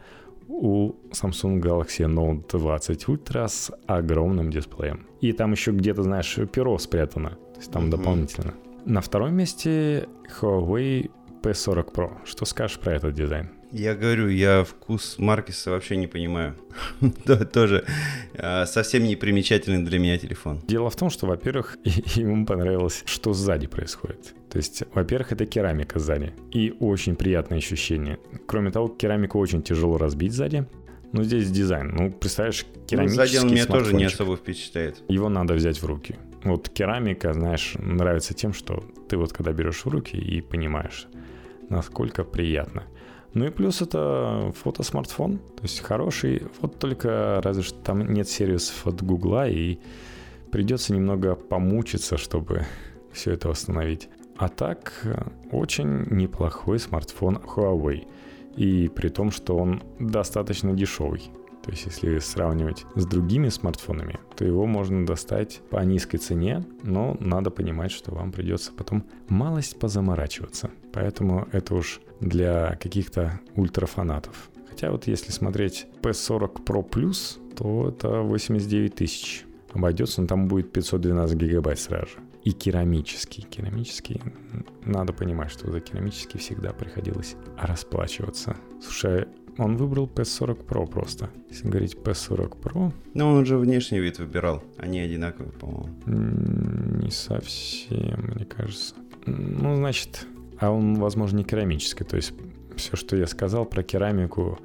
у Samsung Galaxy Note двадцать Ultra с огромным дисплеем. И там еще где-то, знаешь, перо спрятано. То есть там mm-hmm. дополнительно. На втором месте Huawei пи сорок Pro. Что скажешь про этот дизайн? Я говорю, я вкус Маркиса вообще не понимаю. Тоже совсем не примечательный для меня телефон. Дело в том, что, во-первых, ему понравилось, что сзади происходит. То есть, во-первых, это керамика сзади. И очень приятное ощущение. Кроме того, керамику очень тяжело разбить сзади. Но здесь дизайн. Ну, представляешь, керамический ну, сзади он меня тоже не особо впечатляет. Его надо взять в руки. Вот керамика, знаешь, нравится тем, что ты вот когда берешь в руки и понимаешь, насколько приятно. Ну и плюс это фотосмартфон, то есть хороший, вот только разве что там нет сервисов от Гугла, и придется немного помучиться, чтобы все это восстановить. А так, очень неплохой смартфон Huawei, и при том, что он достаточно дешевый. То есть, если сравнивать с другими смартфонами, то его можно достать по низкой цене, но надо понимать, что вам придется потом малость позаморачиваться. Поэтому это уж для каких-то ультрафанатов. Хотя вот если смотреть пи сорок Pro Plus, то это восемьдесят девять тысяч. Обойдется, он там будет пятьсот двенадцать гигабайт сразу же. И керамический. Керамический, надо понимать, что за керамический всегда приходилось расплачиваться. Слушай, он выбрал пи сорок Pro просто. Если говорить пи сорок Pro... Ну, он же внешний вид выбирал. Они одинаковые, по-моему. Не совсем, мне кажется. Ну, значит... А он, возможно, не керамический. То есть все, что я сказал про керамику,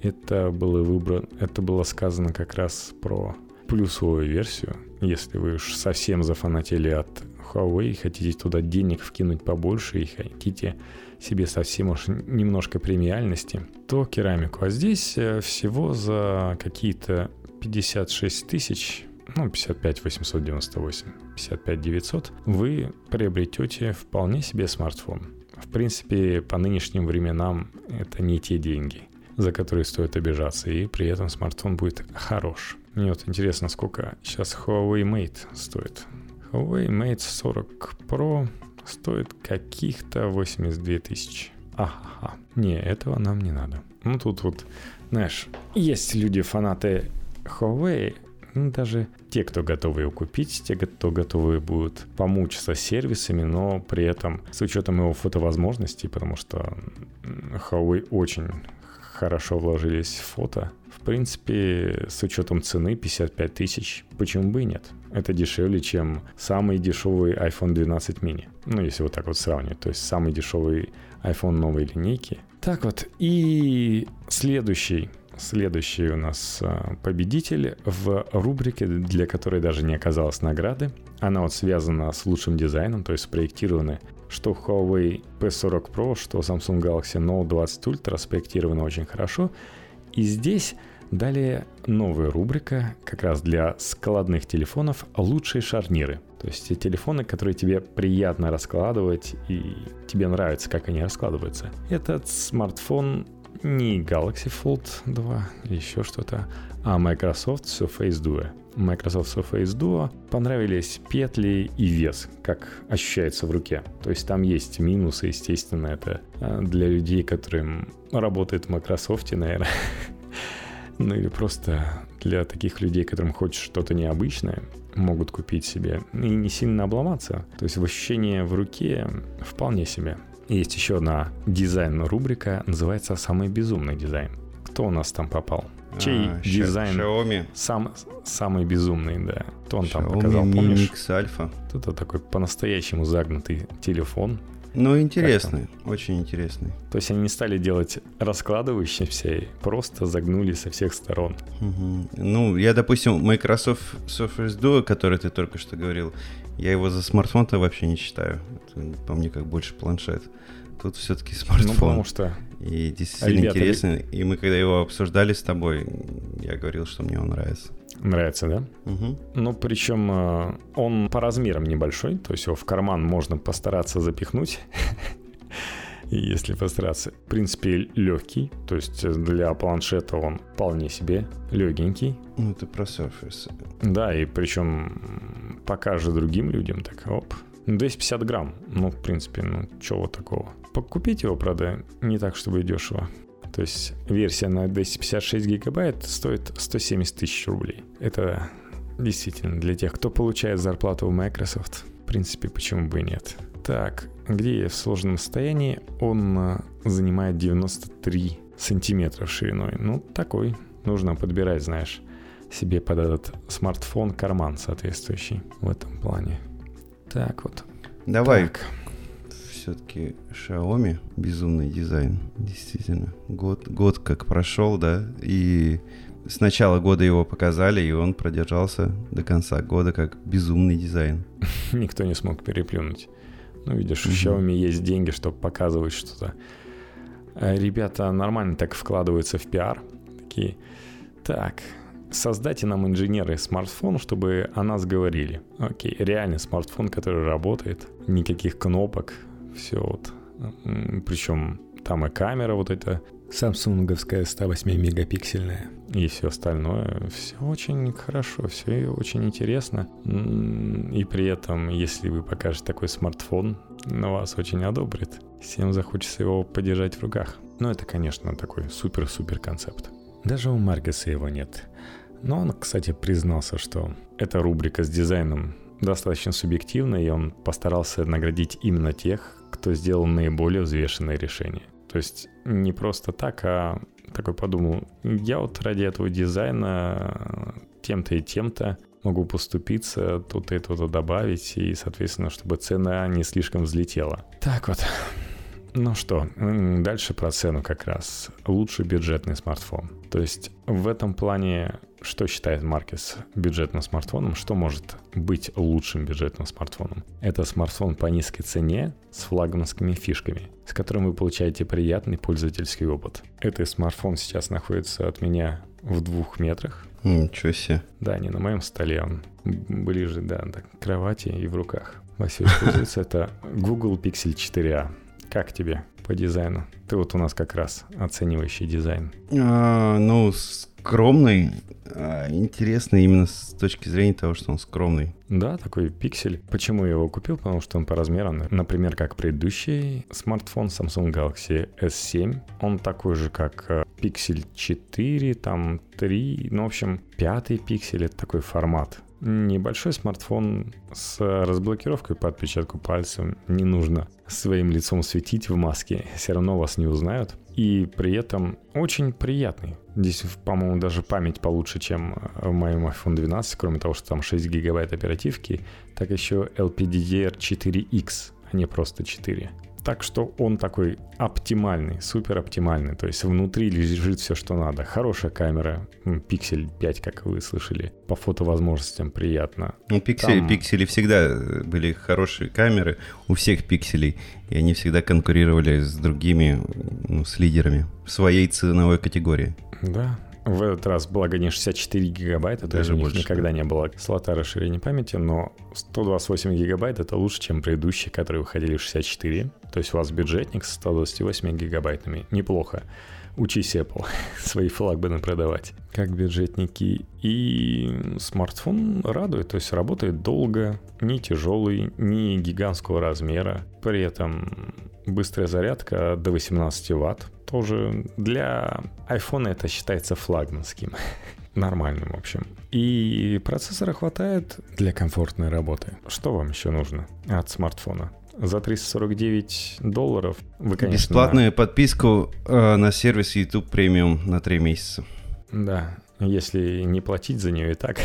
это было выбрано, это было сказано как раз про плюсовую версию. Если вы уж совсем зафанатели от Huawei, хотите туда денег вкинуть побольше и хотите себе совсем уж немножко премиальности, то керамику. А здесь всего за какие-то пятьдесят шесть тысяч, ну, пятьдесят пять восемьсот девяносто восемь, пятьдесят пять девятьсот, вы приобретете вполне себе смартфон. В принципе, по нынешним временам это не те деньги, за которые стоит обижаться, и при этом смартфон будет хорош. Мне вот интересно, сколько сейчас Huawei Mate стоит. Huawei Mate сорок Pro стоит каких-то восемьдесят две тысячи. Ага, не, этого нам не надо. Ну тут вот, знаешь, есть люди-фанаты Huawei, ну, даже те, кто готовы его купить, те, кто готовы будут помучиться сервисами, но при этом с учетом его фотовозможностей, потому что Huawei очень хорошо вложились в фото. В принципе, с учетом цены пятьдесят пять тысяч, почему бы и нет? Это дешевле, чем самый дешевый iPhone двенадцать mini. Ну, если вот так вот сравнивать. То есть самый дешевый iPhone новой линейки. Так вот, и следующий, следующий у нас победитель в рубрике, для которой даже не оказалось награды. Она вот связана с лучшим дизайном, то есть спроектированы что Huawei пи сорок Pro, что Samsung Galaxy Note двадцать Ultra спроектированы очень хорошо. И здесь далее новая рубрика как раз для складных телефонов «Лучшие шарниры». То есть те телефоны, которые тебе приятно раскладывать и тебе нравится, как они раскладываются. Этот смартфон не Galaxy Fold два или еще что-то, а Microsoft Surface Duo. Microsoft Surface Duo понравились петли и вес, как ощущается в руке. То есть там есть минусы, естественно, это для людей, которым работает в Microsoft, наверное. Ну или просто для таких людей, которым хочется что-то необычное, могут купить себе и не сильно обломаться. То есть в ощущении в руке вполне себе. Есть еще одна дизайн-рубрика, называется «Самый безумный дизайн». Кто у нас там попал? Чей а, дизайн Xiaomi. Сам, самый безумный, да. Кто он Xiaomi там показал, помнишь? Mi Mix Alpha. Это такой по-настоящему загнутый телефон. Ну, интересный, очень интересный. То есть они не стали делать раскладывающимся, просто загнули со всех сторон. Угу. Ну, я, допустим, Microsoft Surface Duo, который ты только что говорил, я его за смартфон-то вообще не считаю. Это, по мне, как больше планшет. Тут все-таки смартфон. Ну, потому что... И действительно ребята... интересный. И мы, когда его обсуждали с тобой, я говорил, что мне он нравится. Нравится, да? Угу. Ну, причем он по размерам небольшой, то есть его в карман можно постараться запихнуть, если постараться. В принципе, легкий, то есть для планшета он вполне себе легенький. Ну, это про Surface. Да, и причем покажет другим людям, так, оп, двести пятьдесят грамм. Ну, в принципе, ну, чего такого. Покупить его, правда, не так, чтобы и дешево. То есть версия на двести пятьдесят шесть гигабайт стоит сто семьдесят тысяч рублей. Это действительно для тех, кто получает зарплату в Microsoft. В принципе, почему бы и нет. Так, где я в сложном состоянии? Он занимает девяносто три сантиметра шириной. Ну, такой. Нужно подбирать, знаешь, себе под этот смартфон карман соответствующий в этом плане. Так вот. Давай. Так. Все-таки Xiaomi, безумный дизайн, действительно. Год, год как прошел, да, и с начала года его показали, и он продержался до конца года как безумный дизайн. Никто не смог переплюнуть. Ну, видишь, у Mm-hmm. Xiaomi есть деньги, чтобы показывать что-то. Ребята нормально так вкладываются в пиар. Такие, так, создайте нам, инженеры, смартфон, чтобы о нас говорили. Окей, реальный смартфон, который работает, никаких кнопок, все вот. Причем там и камера вот эта самсунговская сто восемь мегапиксельная и все остальное. Все очень хорошо, все очень интересно. И при этом, если вы покажете такой смартфон, на вас очень одобрит. Всем захочется его подержать в руках. Но это, конечно, такой супер-супер концепт. Даже у Маркеса его нет. Но он, кстати, признался, что эта рубрика с дизайном достаточно субъективна, и он постарался наградить именно тех, кто сделал наиболее взвешенные решения. То есть не просто так, а такой подумал, я вот ради этого дизайна тем-то и тем-то могу поступиться, тут и тут добавить, и, соответственно, чтобы цена не слишком взлетела. Так вот. Ну что, дальше про цену как раз. Лучший бюджетный смартфон. То есть в этом плане, что считает Маркес бюджетным смартфоном, что может быть лучшим бюджетным смартфоном? Это смартфон по низкой цене с флагманскими фишками, с которым вы получаете приятный пользовательский опыт. Этот смартфон сейчас находится от меня в двух метрах. Ничего себе. Да, не на моем столе, он ближе, да, к кровати и в руках. Во всем используется. Это Google Pixel четыре а. Как тебе по дизайну? Ты вот у нас как раз оценивающий дизайн. А, ну, скромный. А, интересный именно с точки зрения того, что он скромный. Да, такой пиксель. Почему я его купил? Потому что он по размерам, например, как предыдущий смартфон Samsung Galaxy эс семь. Он такой же, как Pixel четыре, там три, ну, в общем, пятый пиксель. Это такой формат. Небольшой смартфон с разблокировкой по отпечатку пальца. Не нужно своим лицом светить в маске, все равно вас не узнают. И при этом очень приятный. Здесь, по-моему, даже память получше, чем в моем айфон двенадцать, кроме того, что там шесть гигабайт оперативки, так еще эл пи ди ди ар четыре икс, а не просто четыре. Так что он такой оптимальный, супер оптимальный. То есть внутри лежит все, что надо. Хорошая камера, пиксель пять, как вы слышали. По фотовозможностям приятно. Ну, пиксели, Там... пиксели всегда были хорошие камеры у всех пикселей. И они всегда конкурировали с другими, ну, с лидерами в своей ценовой категории. Да. В этот раз, благо, не шестьдесят четыре гигабайта, то есть у них больше, никогда да. не было слота расширения памяти, но сто двадцать восемь гигабайт это лучше, чем предыдущие, которые выходили в шестьдесят четыре. То есть у вас бюджетник с ста двадцатью восьмью гигабайтами. Неплохо. Учись, Apple, свои флагманы продавать. Как бюджетники. И смартфон радует, то есть работает долго, не тяжелый, не гигантского размера. При этом быстрая зарядка до восемнадцати ватт. Тоже для iPhone это считается флагманским. Нормальным, в общем. И процессора хватает для комфортной работы. Что вам еще нужно от смартфона? За триста сорок девять долларов вы, конечно... Бесплатную подписку э, на сервис YouTube Premium на три месяца. Да, если не платить за нее и так.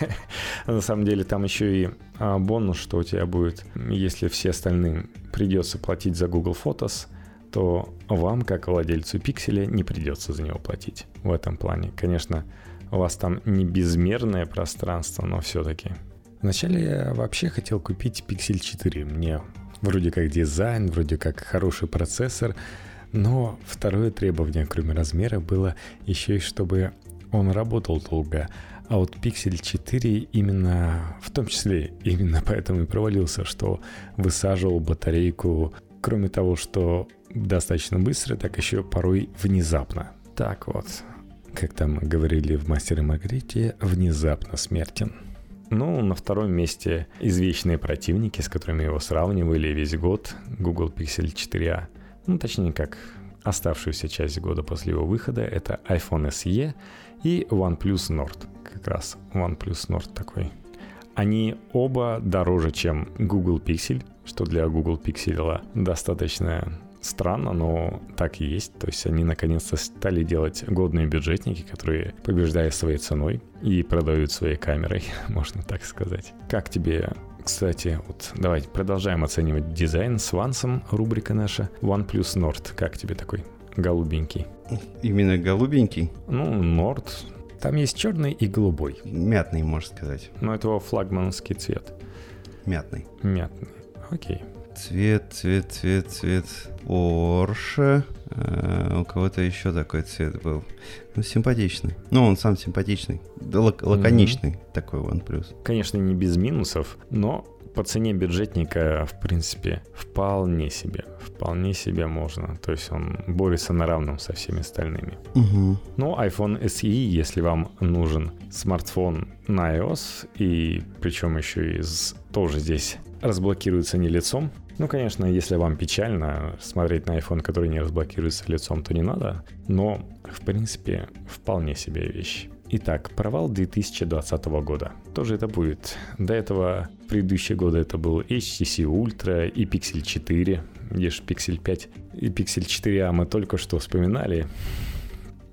На самом деле там еще и а, бонус, что у тебя будет, если все остальным придется платить за Google Photos, то вам, как владельцу пикселя, не придется за него платить в этом плане. Конечно, у вас там не безмерное пространство, но все-таки. Вначале я вообще хотел купить Pixel четыре. Мне вроде как дизайн, вроде как хороший процессор, но второе требование, кроме размера, было еще и чтобы он работал долго. А вот Pixel четыре именно, в том числе, именно поэтому и провалился, что высаживал батарейку, кроме того, что достаточно быстро, так еще порой внезапно. Так вот, как там говорили в «Мастере и Маргарите», внезапно смертен. Ну, на втором месте извечные противники, с которыми его сравнивали весь год, Google Pixel четыре а. Ну, точнее, как оставшуюся часть года после его выхода, это iPhone эс и и OnePlus Nord. Как раз OnePlus Nord такой. Они оба дороже, чем Google Pixel, что для Google Pixel достаточно странно, но так и есть. То есть они наконец-то стали делать годные бюджетники, которые побеждают своей ценой и продают своей камерой, можно так сказать. Как тебе, кстати, вот давайте продолжаем оценивать дизайн с Вансом, рубрика наша. OnePlus Nord, как тебе такой голубенький? Именно голубенький? Ну, Nord. Там есть черный и голубой. Мятный, можно сказать. Но это его флагманский цвет. Мятный. Мятный, окей. Цвет, цвет, цвет, цвет Porsche. А, у кого-то еще такой цвет был. Ну, симпатичный. Ну, он сам симпатичный. Лак- лаконичный mm-hmm. такой OnePlus. Конечно, не без минусов, но по цене бюджетника, в принципе, вполне себе. Вполне себе можно. То есть он борется на равном со всеми остальными. Угу. Ну, iPhone эс и, если вам нужен смартфон на iOS, и причем еще и с, тоже здесь разблокируется не лицом. Ну, конечно, если вам печально смотреть на iPhone, который не разблокируется лицом, то не надо. Но, в принципе, вполне себе вещь. Итак, провал две тысячи двадцатого года. Тоже это будет. До этого, предыдущие годы, это был эйч ти си Ultra и Pixel четыре. Где же Pixel пять и Pixel четыре а мы только что вспоминали.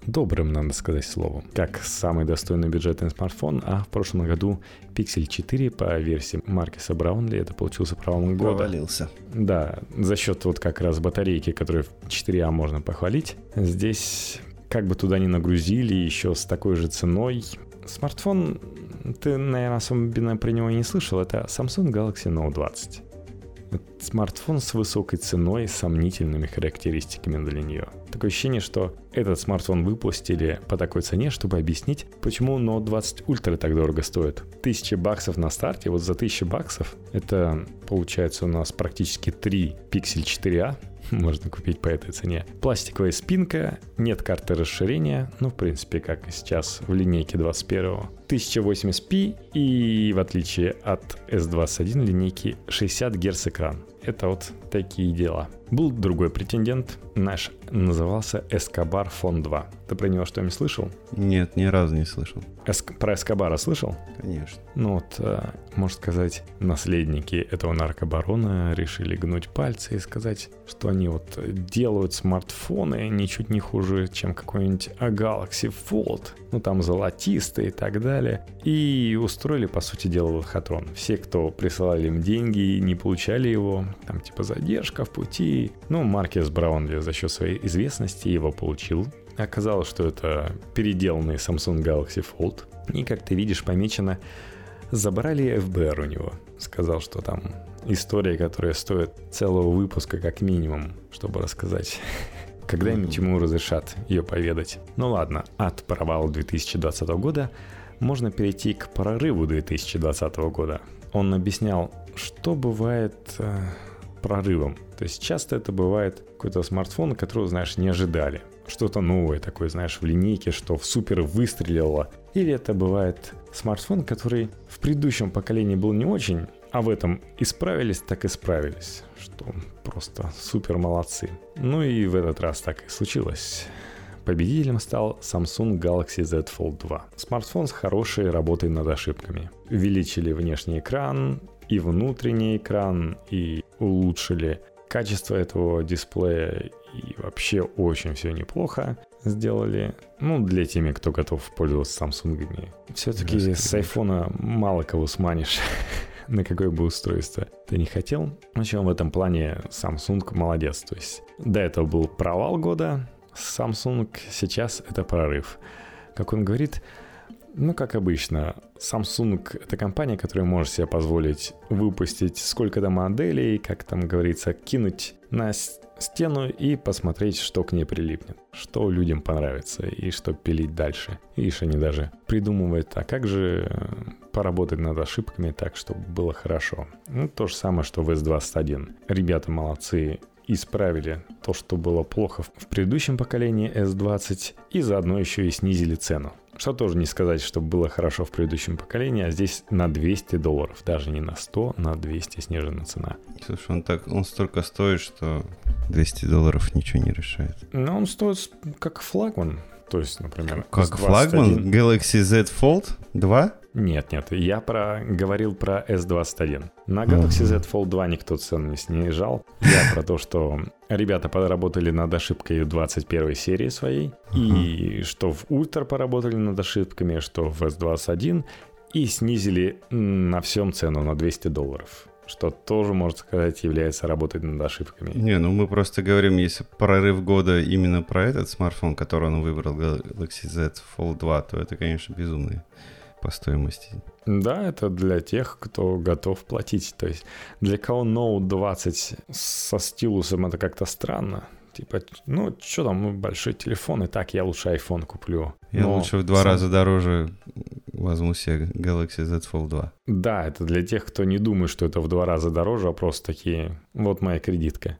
добрым, надо сказать, словом. Как самый достойный бюджетный смартфон, а в прошлом году Pixel четыре по версии Маркеса Браунли, это получился провалом года. Провалился. Да, за счет вот как раз батарейки, которые в четыре а можно похвалить. Здесь как бы туда ни нагрузили, еще с такой же ценой. Смартфон, ты, наверное, особенно про него и не слышал, это Samsung Galaxy Note двадцать. Это смартфон с высокой ценой и сомнительными характеристиками для нее. Такое ощущение, что этот смартфон выпустили по такой цене, чтобы объяснить, почему Note двадцать Ultra так дорого стоит. Тысяча баксов на старте, вот за тысячу баксов, это получается у нас практически три Pixel четыре а, можно купить по этой цене. Пластиковая спинка, нет карты расширения, ну, в принципе, как и сейчас в линейке двадцать первого. тысяча восемьдесят пи и, в отличие от эс двадцать один линейки, шестьдесят герц экран. Это вот такие дела. Был другой претендент, наш, назывался Escobar Phone два. Ты про него что-нибудь слышал? Нет, ни разу не слышал. Эск... Про Эскобара слышал? Конечно. Ну вот, э, можно сказать, наследники этого наркобарона решили гнуть пальцы и сказать, что они вот делают смартфоны ничуть не хуже, чем какой-нибудь Galaxy Fold. Ну там золотистый и так далее. И устроили, по сути дела, лохотрон. Все, кто присылали им деньги, не получали его. Там типа задержка в пути. Ну, Маркес Браунли за счет своей известности его получил. Оказалось, что это переделанный Samsung Galaxy Fold. И, как ты видишь, помечено, забрали эф бэ эр у него. Сказал, что там история, которая стоит целого выпуска как минимум, чтобы рассказать. Когда-нибудь ему разрешат ее поведать. Ну ладно, от провала две тысячи двадцатого года можно перейти к прорыву две тысячи двадцатого года. Он объяснял, что бывает э, прорывом. То есть часто это бывает какой-то смартфон, которого, знаешь, не ожидали. Что-то новое такое, знаешь, в линейке, что в супер выстрелило. Или это бывает смартфон, который в предыдущем поколении был не очень, а в этом исправились, так исправились. Что просто супер молодцы. Ну и в этот раз так и случилось. Победителем стал Samsung Galaxy Z Fold два. Смартфон с хорошей работой над ошибками. Увеличили внешний экран и внутренний экран, и улучшили качество этого дисплея, и вообще очень все неплохо сделали. Ну, для теми, кто готов пользоваться Samsung'ами. Все-таки да, с айфона мало кого сманишь, на какое бы устройство ты не хотел. В общем, в этом плане Samsung молодец. То есть до этого был провал года, Samsung сейчас это прорыв. Как он говорит, ну, как обычно, Samsung — это компания, которая может себе позволить выпустить сколько-то моделей, как там говорится, кинуть на стену и посмотреть, что к ней прилипнет, что людям понравится и что пилить дальше. Видишь, они даже придумывают, а как же поработать над ошибками так, чтобы было хорошо. Ну, то же самое, что в эс двадцать один. Ребята молодцы, исправили то, что было плохо в предыдущем поколении эс двадцать, и заодно еще и снизили цену. Что тоже не сказать, что было хорошо в предыдущем поколении, а здесь на двести долларов, даже не на сто, на двести снижена цена. Слушай, он так, он столько стоит, что двести долларов ничего не решает. Но он стоит как флагман, то есть, например... Как флагман? Galaxy Z Fold два? Нет, нет, я про, говорил про эс двадцать один. На Galaxy uh-huh. Z Fold два никто цену не снижал. Я про то, что ребята поработали над ошибкой в двадцать первой серии своей, uh-huh. и что в Ultra поработали над ошибками, что в эс двадцать один, и снизили на всем цену на двести долларов. Что тоже, можно сказать, является работой над ошибками. Не, ну мы просто говорим, если прорыв года именно про этот смартфон, который он выбрал, Galaxy Z Fold два, то это, конечно, безумный по стоимости. Да, это для тех, кто готов платить. То есть для кого Note двадцать со стилусом это как-то странно. Типа, ну, что там, большой телефон, и так я лучше iPhone куплю. Я Но лучше в два сам... раза дороже возьму себе Galaxy Z Fold два. Да, это для тех, кто не думает, что это в два раза дороже, а просто такие, вот моя кредитка.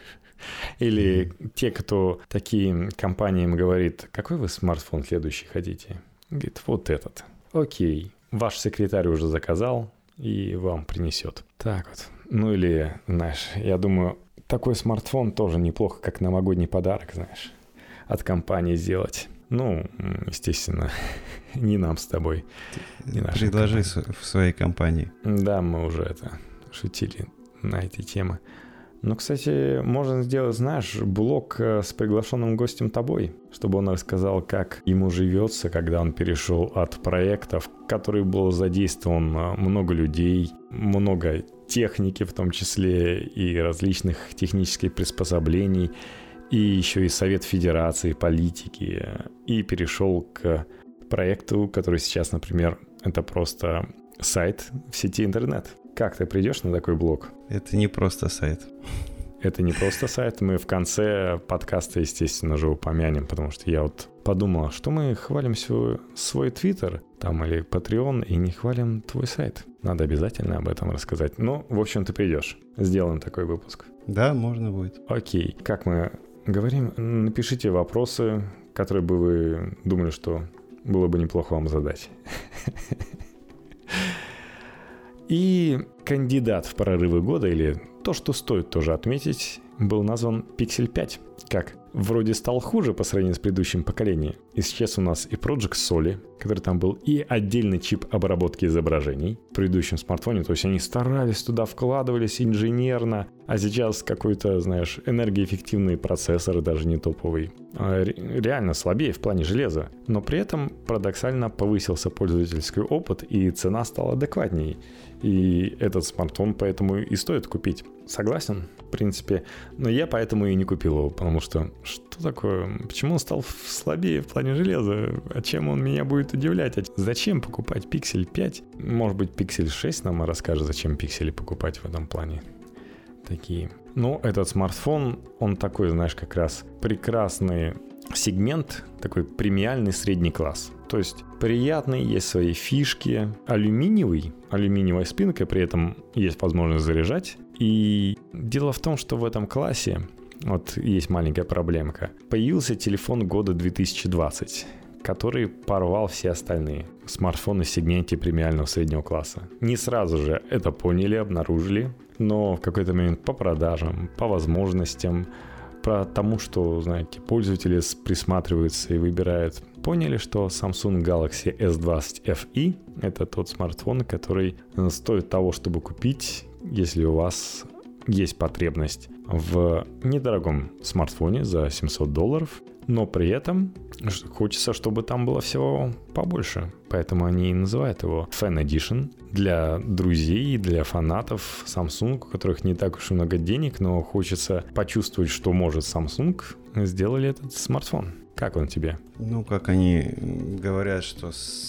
Или mm-hmm. те, кто такие компаниям говорит, какой вы смартфон следующий хотите? Говорит, вот этот. Окей, ваш секретарь уже заказал и вам принесет. Так вот. Ну или, знаешь, я думаю, такой смартфон тоже неплохо, как новогодний подарок, знаешь, от компании сделать. Ну, естественно, не нам с тобой. Не Предложи компании. в своей компании. Да, мы уже это шутили на эти темы. Ну, кстати, можно сделать, знаешь, блог с приглашенным гостем тобой, чтобы он рассказал, как ему живется, когда он перешел от проектов, в которые было задействовано много людей, много техники в том числе и различных технических приспособлений, и еще и Совет Федерации, политики, и перешел к проекту, который сейчас, например, это просто сайт в сети интернет. Как ты придешь на такой блог? Это не просто сайт. Это не просто сайт. Мы в конце подкаста, естественно же, упомянем, потому что я вот подумал, что мы хвалим свой, свой Твиттер там или Patreon и не хвалим твой сайт. Надо обязательно об этом рассказать. Ну, в общем, ты придешь. Сделаем такой выпуск. Да, можно будет. Окей. Как мы говорим, напишите вопросы, которые бы вы думали, что было бы неплохо вам задать. И кандидат в прорывы года, или то, что стоит тоже отметить, был назван Pixel пять. Как? Вроде стал хуже по сравнению с предыдущим поколением. И сейчас у нас и Project Soli, который там был, и отдельный чип обработки изображений в предыдущем смартфоне. То есть они старались туда, вкладывались инженерно, а сейчас какой-то, знаешь, энергоэффективный процессор, даже не топовый. Реально слабее в плане железа. Но при этом парадоксально повысился пользовательский опыт, и цена стала адекватней. И этот смартфон поэтому и стоит купить. Согласен, в принципе. Но я поэтому и не купил его, потому что что такое? Почему он стал слабее в плане железа? А чем он меня будет удивлять? А зачем покупать Pixel пять? Может быть, Pixel шесть нам расскажет, зачем пиксели покупать в этом плане. Такие. Но этот смартфон, он такой, знаешь, как раз прекрасный сегмент, такой премиальный средний класс. То есть приятный, есть свои фишки, алюминиевый, алюминиевая спинка, при этом есть возможность заряжать. И дело в том, что в этом классе, вот есть маленькая проблемка, появился телефон года две тысячи двадцать, который порвал все остальные смартфоны в сегменте премиального среднего класса. Не сразу же это поняли, обнаружили, но в какой-то момент по продажам, по возможностям, про тому, что, знаете, пользователи присматриваются и выбирают, поняли, что Samsung Galaxy эс двадцать эф и это тот смартфон, который стоит того, чтобы купить, если у вас есть потребность в недорогом смартфоне за семьсот долларов, но при этом хочется, чтобы там было всего побольше. Поэтому они и называют его Fan Edition. Для друзей, для фанатов Samsung, у которых не так уж и много денег, но хочется почувствовать, что может Samsung, сделали этот смартфон. Как он тебе? Ну, как они говорят, что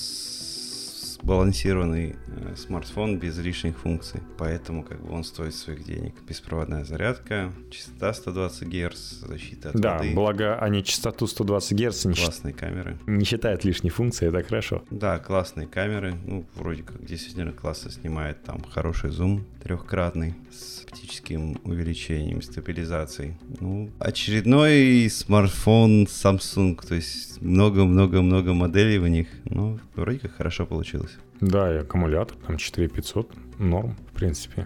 сбалансированный смартфон без лишних функций. Поэтому как бы он стоит своих денег. Беспроводная зарядка, частота сто двадцать герц, защита от да, воды. Да, благо они частоту сто двадцать герц не, классные счит... камеры. не считают лишней функции, это хорошо. Да, классные камеры. Ну, вроде как действительно классно снимает. Там хороший зум трехкратный с оптическим увеличением, стабилизацией. Ну, очередной смартфон Samsung. То есть много-много-много моделей у них. Ну, вроде как хорошо получилось. Да, и аккумулятор, там четыре тысячи пятьсот, норм, в принципе.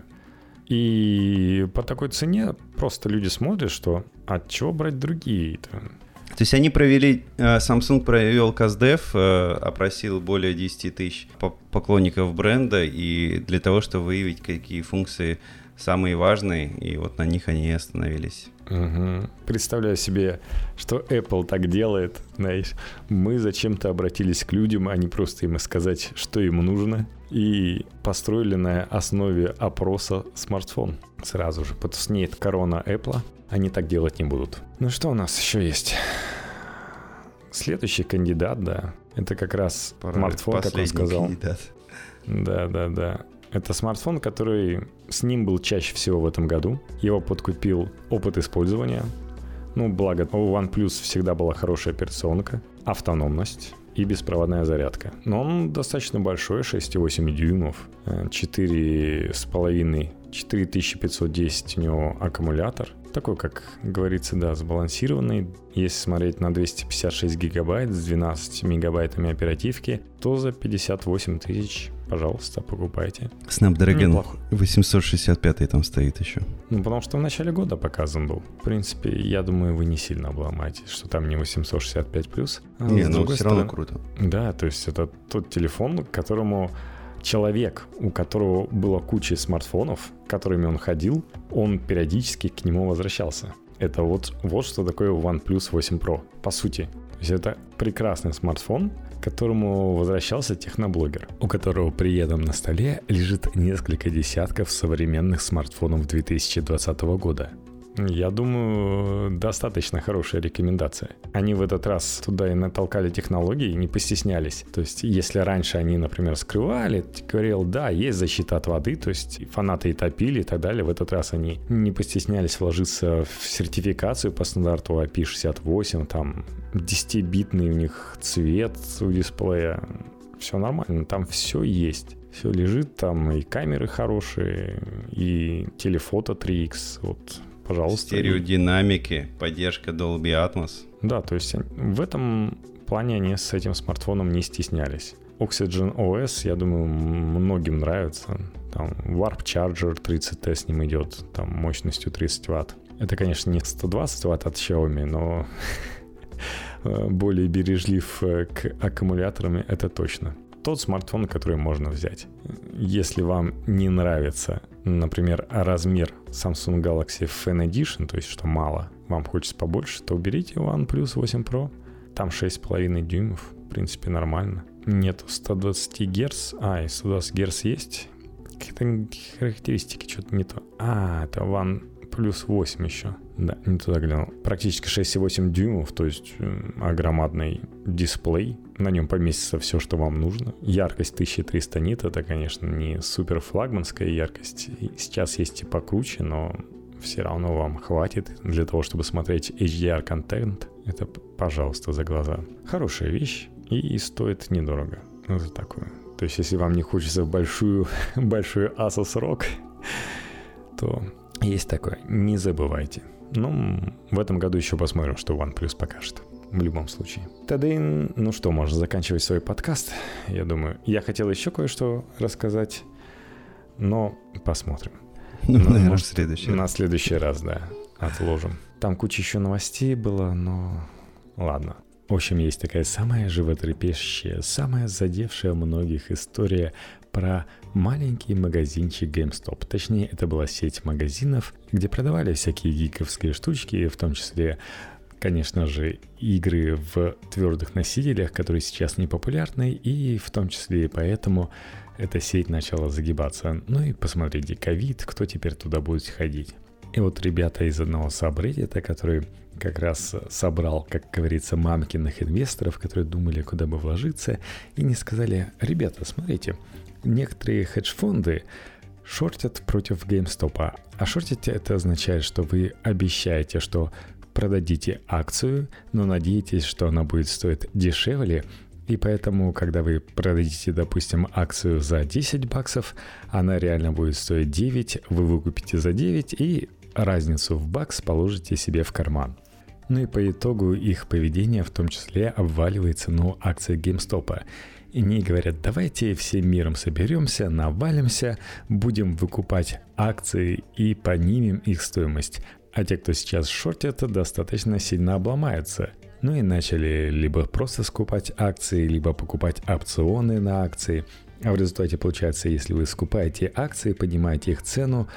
И по такой цене просто люди смотрят, что от чего брать другие-то? То есть они провели, Samsung провел Каздев, опросил более десять тысяч поклонников бренда, и для того, чтобы выявить, какие функции самые важные, и вот на них они и остановились. Угу. Представляю себе, что Apple так делает, знаешь, мы зачем-то обратились к людям, а не просто им сказать, что им нужно, и построили на основе опроса смартфон. Сразу же потускнеет корона Apple, они так делать не будут. Ну что у нас еще есть? Следующий кандидат, да, это как раз Пора смартфон, как он сказал. Кандидат. Да, да, да. Это смартфон, который с ним был чаще всего в этом году. Его подкупил опыт использования. Ну, благо, у OnePlus всегда была хорошая операционка, автономность и беспроводная зарядка. Но он достаточно большой, шесть целых восемь дюймов, четыре с половиной, четыре тысячи пятьсот десять у него аккумулятор. Такой, как говорится, да, сбалансированный. Если смотреть на двести пятьдесят шесть гигабайт с двенадцатью мегабайтами оперативки, то за пятьдесят восемь тысяч, пожалуйста, покупайте. Snapdragon ну, восемьсот шестьдесят пять там стоит еще. Ну, потому что в начале года показан был. В принципе, я думаю, вы не сильно обломаетесь, что там не восемьсот шестьдесят пять плюс. А не, ну все стороны... равно круто. Да, то есть это тот телефон, к которому человек, у которого была куча смартфонов, которыми он ходил, он периодически к нему возвращался. Это вот, вот что такое OnePlus восемь Pro, по сути. То есть это прекрасный смартфон, к которому возвращался техноблогер, у которого при этом на столе лежит несколько десятков современных смартфонов две тысячи двадцатого года. Я думаю, достаточно хорошая рекомендация. Они в этот раз туда и натолкали технологии, не постеснялись. То есть, если раньше они, например, скрывали, говорил, да, есть защита от воды, то есть фанаты и топили и так далее, в этот раз они не постеснялись вложиться в сертификацию по стандарту ай пи шестьдесят восемь, там десятибитный у них цвет у дисплея. Все нормально, там все есть. Все лежит, там и камеры хорошие, и телефото три икс, вот. Пожалуйста. Стереодинамики, поддержка Dolby Atmos. Да, то есть в этом плане они с этим смартфоном не стеснялись. Oxygen о эс, я думаю, многим нравится. Там Warp Charger тридцать тэ с ним идет, там мощностью тридцать ватт. Это, конечно, не сто двадцать ватт от Xiaomi, но более бережлив к аккумуляторам, это точно. Тот смартфон, который можно взять. Если вам не нравится, например, размер Samsung Galaxy Fan Edition, то есть что мало, вам хочется побольше, то берите OnePlus восемь Pro. Там шесть с половиной дюймов, в принципе, нормально. Нету сто двадцать герц, а, и сто двадцать герц есть. Какие-то характеристики, что-то не то. А, это OnePlus восемь еще. Да, не туда глянул. Практически шесть и восемь дюймов, то есть огромадный дисплей. На нем поместится все, что вам нужно. Яркость тысяча триста нит, это, конечно, не супер флагманская яркость. Сейчас есть и покруче, но все равно вам хватит для того, чтобы смотреть эйч ди ар-контент. Это, пожалуйста, за глаза. Хорошая вещь и стоит недорого. Ну, за такое. То есть, если вам не хочется большую, большую Asus ROG, то есть такое. Не забывайте. Ну, в этом году еще посмотрим, что OnePlus покажет. В любом случае. Тогда, ну что, можно заканчивать свой подкаст. Я думаю, я хотел еще кое-что рассказать, но посмотрим. Ну, ну наверное, может, в следующий на раз. следующий раз, да, отложим. Там куча еще новостей было, но ладно. В общем, есть такая самая животрепещущая, самая задевшая многих история про маленький магазинчик GameStop. Точнее, это была сеть магазинов, где продавали всякие гиковские штучки, в том числе, конечно же, игры в твердых носителях, которые сейчас не популярны, и в том числе и поэтому эта сеть начала загибаться. Ну и посмотрите, ковид, кто теперь туда будет ходить? И вот ребята из одного сабреддита, который как раз собрал, как говорится, мамкиных инвесторов, которые думали, куда бы вложиться, и не сказали: ребята, смотрите, некоторые хедж-фонды шортят против GameStop. А шортить это означает, что вы обещаете, что продадите акцию, но надеетесь, что она будет стоить дешевле, и поэтому, когда вы продадите, допустим, акцию за десять баксов, она реально будет стоить девять, вы выкупите за девять и разницу в бакс положите себе в карман. Ну и по итогу их поведение в том числе обваливает цену акций GameStop. И они говорят: давайте всем миром соберемся, навалимся, будем выкупать акции и поднимем их стоимость. А те, кто сейчас шортит, достаточно сильно обломаются. Ну и начали либо просто скупать акции, либо покупать опционы на акции. А в результате получается, если вы скупаете акции, поднимаете их цену,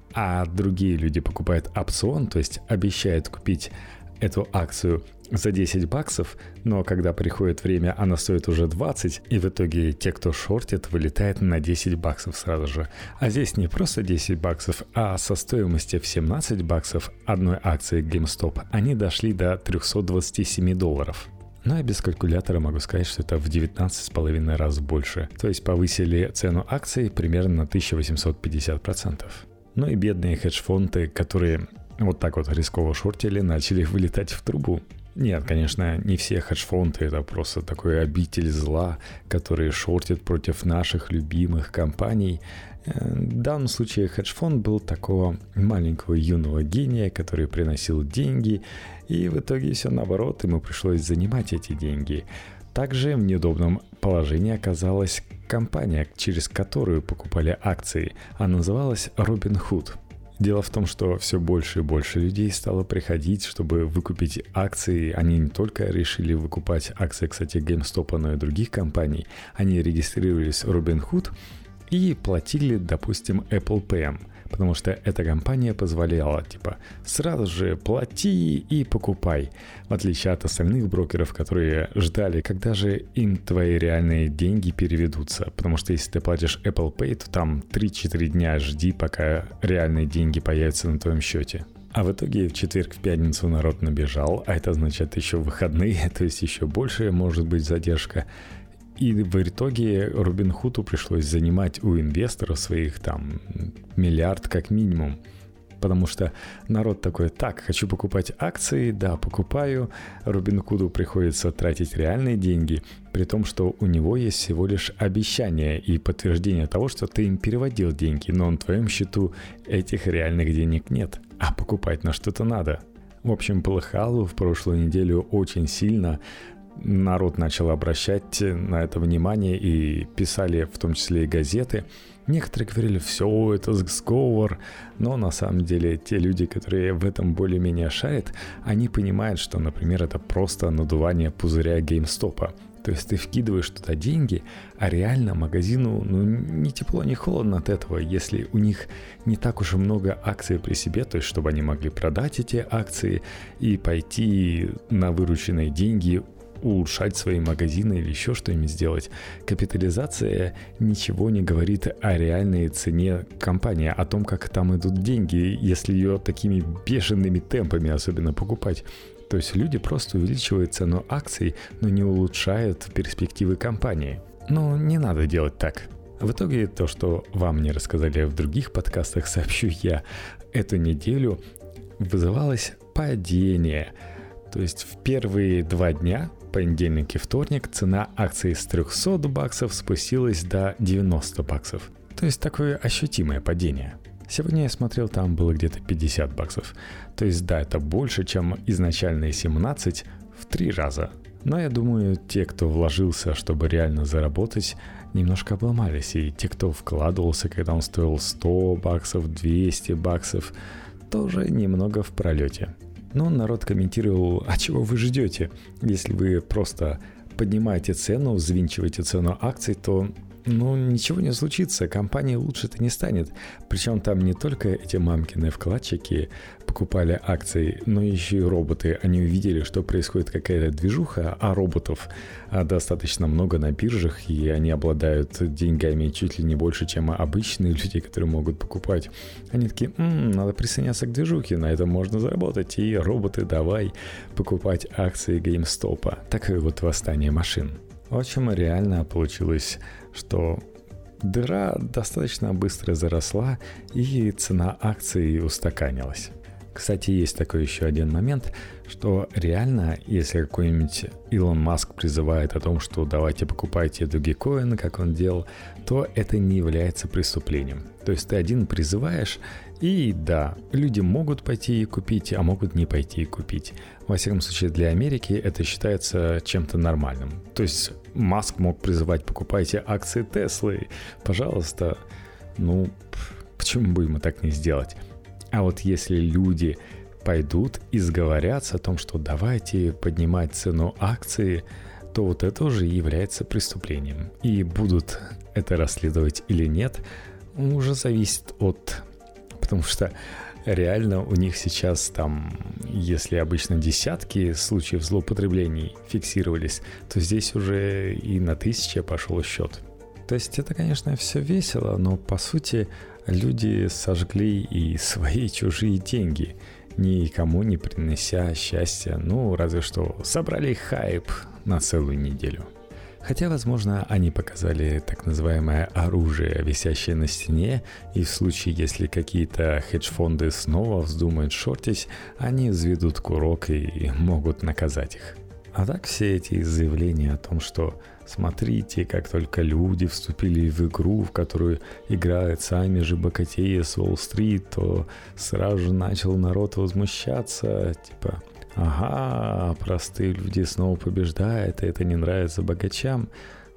а другие люди покупают опцион, то есть обещают купить эту акцию за десять баксов, но когда приходит время, она стоит уже двадцать, и в итоге те, кто шортит, вылетает на десять баксов сразу же. А здесь не просто десять баксов, а со стоимости в семнадцать баксов одной акции GameStop они дошли до триста двадцать семь долларов. Ну а без калькулятора могу сказать, что это в девятнадцать с половиной раз больше. То есть повысили цену акций примерно на тысяча восемьсот пятьдесят процентов. Ну и бедные хедж-фонды, которые вот так вот рисково шортили, начали вылетать в трубу. Нет, конечно, не все хедж-фонды, это просто такой обитель зла, который шортит против наших любимых компаний. В данном случае хедж-фонд был такого маленького юного гения, который приносил деньги, и в итоге все наоборот, ему пришлось занимать эти деньги. Также в неудобном положении оказалась компания, через которую покупали акции, а называлась Robinhood. Дело в том, что все больше и больше людей стало приходить, чтобы выкупить акции. Они не только решили выкупать акции, кстати, GameStop, но и других компаний. Они регистрировались в Robinhood и платили, допустим, Apple Pay, потому что эта компания позволяла, типа, сразу же плати и покупай, в отличие от остальных брокеров, которые ждали, когда же им твои реальные деньги переведутся, потому что если ты платишь Apple Pay, то там три-четыре дня жди, пока реальные деньги появятся на твоем счете. А в итоге в четверг, в пятницу народ набежал, а это означает еще выходные, то есть еще больше может быть задержка. И в итоге Robinhood'у пришлось занимать у инвесторов своих там миллиард как минимум. Потому что народ такой: так, хочу покупать акции, да, покупаю. Robinhood'у приходится тратить реальные деньги, при том, что у него есть всего лишь обещание и подтверждение того, что ты им переводил деньги, но на твоем счету этих реальных денег нет, а покупать на что-то надо. В общем, полыхало в прошлую неделю очень сильно. Народ начал обращать на это внимание и писали в том числе и газеты. Некоторые говорили: все, это сговор. Но на самом деле те люди, которые в этом более-менее шарят, они понимают, что, например, это просто надувание пузыря GameStop. То есть ты вкидываешь туда деньги, а реально магазину ну, ни тепло, ни холодно от этого, если у них не так уж и много акций при себе, то есть чтобы они могли продать эти акции и пойти на вырученные деньги улучшать свои магазины или еще что-нибудь сделать. Капитализация ничего не говорит о реальной цене компании, о том, как там идут деньги, если ее такими бешеными темпами особенно покупать. То есть люди просто увеличивают цену акций, но не улучшают перспективы компании. Но не надо делать так. В итоге то, что вам не рассказали в других подкастах, сообщу я. Эту неделю вызывалось падение. То есть в первые два дня, понедельник и вторник, цена акций с триста баксов спустилась до девяносто баксов. То есть такое ощутимое падение. Сегодня я смотрел, там было где-то пятьдесят баксов. То есть да, это больше, чем изначальные семнадцать, в три раза. Но я думаю, те, кто вложился, чтобы реально заработать, немножко обломались. И те, кто вкладывался, когда он стоил сто баксов, двести баксов, тоже немного в пролете. Но народ комментировал: а чего вы ждете? Если вы просто поднимаете цену, взвинчиваете цену акций, то ну, ничего не случится, компании лучше-то не станет. Причем там не только эти мамкины вкладчики покупали акции, но еще и роботы. Они увидели, что происходит какая-то движуха, а роботов достаточно много на биржах, и они обладают деньгами чуть ли не больше, чем обычные люди, которые могут покупать. Они такие: М, надо присоединяться к движухе, на этом можно заработать, и роботы давай покупать акции GameStop. Такое вот восстание машин. В общем, реально получилось, что дыра достаточно быстро заросла, и цена акций устаканилась. Кстати, есть такой еще один момент, что реально, если какой-нибудь Илон Маск призывает о том, что давайте покупайте Dogecoin, как он делал, то это не является преступлением. То есть ты один призываешь, и да, люди могут пойти и купить, а могут не пойти и купить. Во всяком случае, для Америки это считается чем-то нормальным. То есть Маск мог призывать: покупайте акции Теслы, пожалуйста. Ну, почему бы ему так не сделать? А вот если люди пойдут и сговорятся о том, что давайте поднимать цену акции, то вот это уже является преступлением. И будут это расследовать или нет, уже зависит от... Потому что реально у них сейчас там, если обычно десятки случаев злоупотреблений фиксировались, то здесь уже и на тысячи пошел счет. То есть это, конечно, все весело, но по сути люди сожгли и свои, и чужие деньги, никому не принося счастья, ну, разве что собрали хайп на целую неделю. Хотя, возможно, они показали так называемое оружие, висящее на стене, и в случае, если какие-то хедж-фонды снова вздумают шортить, они взведут курок и могут наказать их. А так все эти заявления о том, что смотрите, как только люди вступили в игру, в которую играют сами же богатеи с Уолл-стрит, то сразу же начал народ возмущаться, типа: ага, простые люди снова побеждают, и это не нравится богачам.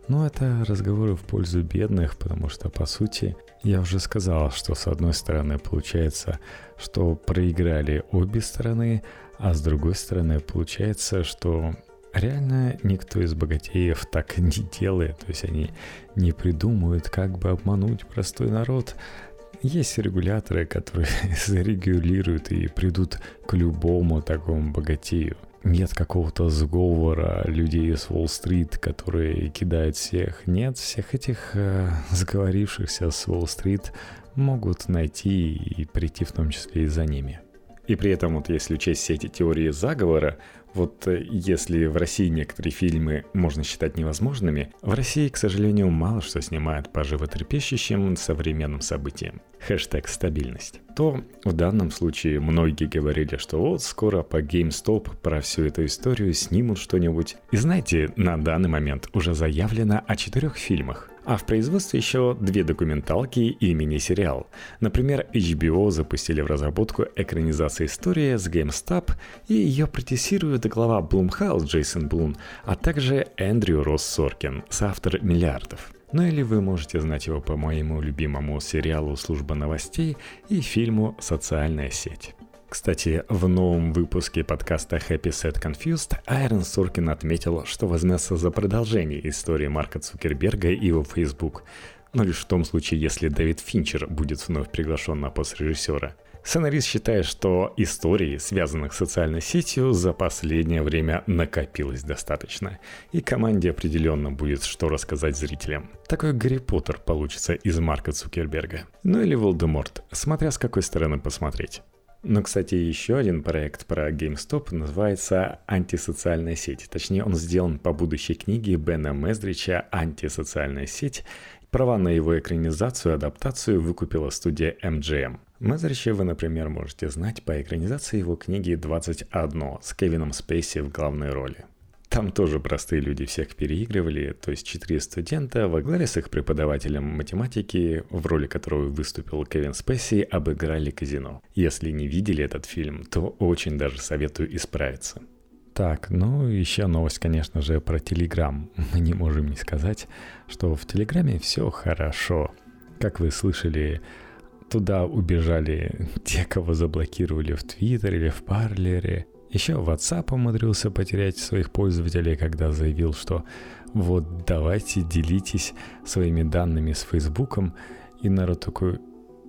Но это разговоры в пользу бедных, потому что, по сути, я уже сказал, что с одной стороны получается, что проиграли обе стороны, а с другой стороны получается, что реально никто из богатеев так не делает. То есть они не придумывают, как бы обмануть простой народ. Есть регуляторы, которые зарегулируют и придут к любому такому богатею. Нет какого-то сговора людей с Уолл-стрит, которые кидают всех. Нет, всех этих э, заговорившихся с Уолл-стрит могут найти и прийти в том числе и за ними. И при этом, вот если учесть все эти теории заговора, вот если в России некоторые фильмы можно считать невозможными, в России, к сожалению, мало что снимают по животрепещущим современным событиям. Хэштег «стабильность». То в данном случае многие говорили, что вот скоро по GameStop про всю эту историю снимут что-нибудь. И знаете, на данный момент уже заявлено о четырех фильмах. А в производстве еще две документалки и мини-сериал. Например, эйч би о запустили в разработку экранизации истории с GameStop, и ее продюсирует глава Blumhouse Джейсон Блум, а также Эндрю Росс Соркин, соавтор «Миллиардов». Ну или вы можете знать его по моему любимому сериалу «Служба новостей» и фильму «Социальная сеть». Кстати, в новом выпуске подкаста Happy Sad Confused Аарон Соркин отметил, что возьмется за продолжение истории Марка Цукерберга и его Facebook, но лишь в том случае, если Дэвид Финчер будет вновь приглашен на пост режиссера. Сценарист считает, что историй, связанных с социальной сетью, за последнее время накопилось достаточно, и команде определенно будет что рассказать зрителям. Такой Гарри Поттер получится из Марка Цукерберга. Ну или Волдеморт, смотря с какой стороны посмотреть. Но, кстати, еще один проект про GameStop называется «Антисоциальная сеть». Точнее, он сделан по будущей книге Бена Мезрича «Антисоциальная сеть». Права на его экранизацию и адаптацию выкупила студия эм джи эм. Мезрича вы, например, можете знать по экранизации его книги «двадцать одно» с Кевином Спейси в главной роли. Там тоже простые люди всех переигрывали, то есть четыре студента во главе с их преподавателем математики, в роли которого выступил Кевин Спейси, обыграли казино. Если не видели этот фильм, то очень даже советую исправиться. Так, ну еще новость, конечно же, про Telegram. Мы не можем не сказать, что в Телеграме все хорошо. Как вы слышали, туда убежали те, кого заблокировали в Твиттере или в Парлере. Еще WhatsApp умудрился потерять своих пользователей, когда заявил, что вот давайте делитесь своими данными с Фейсбуком. И народ такой,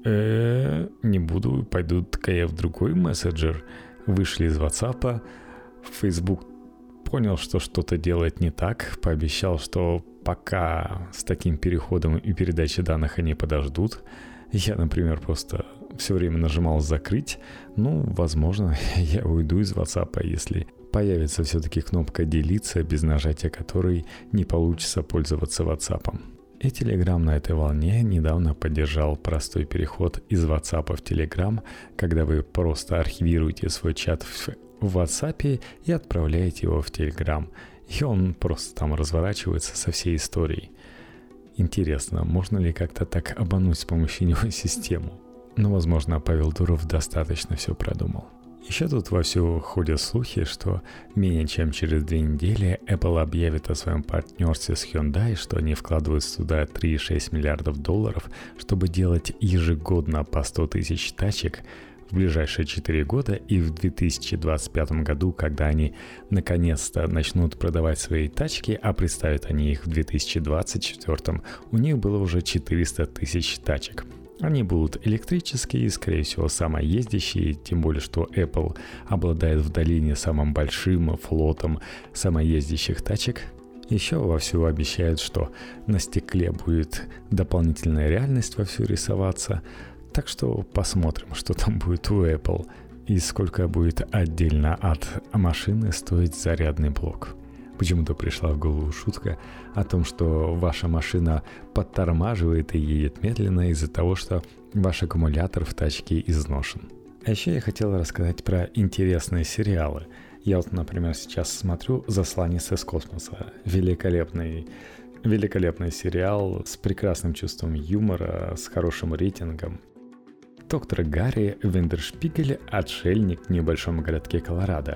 э не буду, пойду-ка я в другой мессенджер. Вышли из WhatsApp, Facebook понял, что что-то делает не так, пообещал, что пока с таким переходом и передачей данных они подождут. Я, например, просто все время нажимал «закрыть». Ну, возможно, я уйду из WhatsApp, если появится все-таки кнопка «делиться», без нажатия которой не получится пользоваться WhatsApp. И Telegram на этой волне недавно поддержал простой переход из WhatsApp в Telegram, когда вы просто архивируете свой чат в WhatsApp и отправляете его в Telegram. И он просто там разворачивается со всей историей. Интересно, можно ли как-то так обмануть с помощью него систему? Но, возможно, Павел Дуров достаточно все продумал. Еще тут вовсю ходят слухи, что менее чем через две недели Apple объявит о своем партнерстве с Hyundai, что они вкладывают туда три целых шесть десятых миллиардов долларов, чтобы делать ежегодно по сто тысяч тачек в ближайшие четыре года, и в две тысячи двадцать пятом году, когда они наконец-то начнут продавать свои тачки, а представят они их в две тысячи двадцать четвёртом, у них было уже четыреста тысяч тачек. Они будут электрические, скорее всего, самоездящие, тем более, что Apple обладает в долине самым большим флотом самоездящих тачек. Еще вовсю обещают, что на стекле будет дополнительная реальность вовсю рисоваться. Так что посмотрим, что там будет у Apple и сколько будет отдельно от машины стоить зарядный блок. Почему-то пришла в голову шутка о том, что ваша машина подтормаживает и едет медленно из-за того, что ваш аккумулятор в тачке изношен. А еще я хотел рассказать про интересные сериалы. Я вот, например, сейчас смотрю «Засланец из космоса». Великолепный, великолепный сериал с прекрасным чувством юмора, с хорошим рейтингом. Доктор Гарри Виндершпигель – отшельник в небольшом городке Колорадо.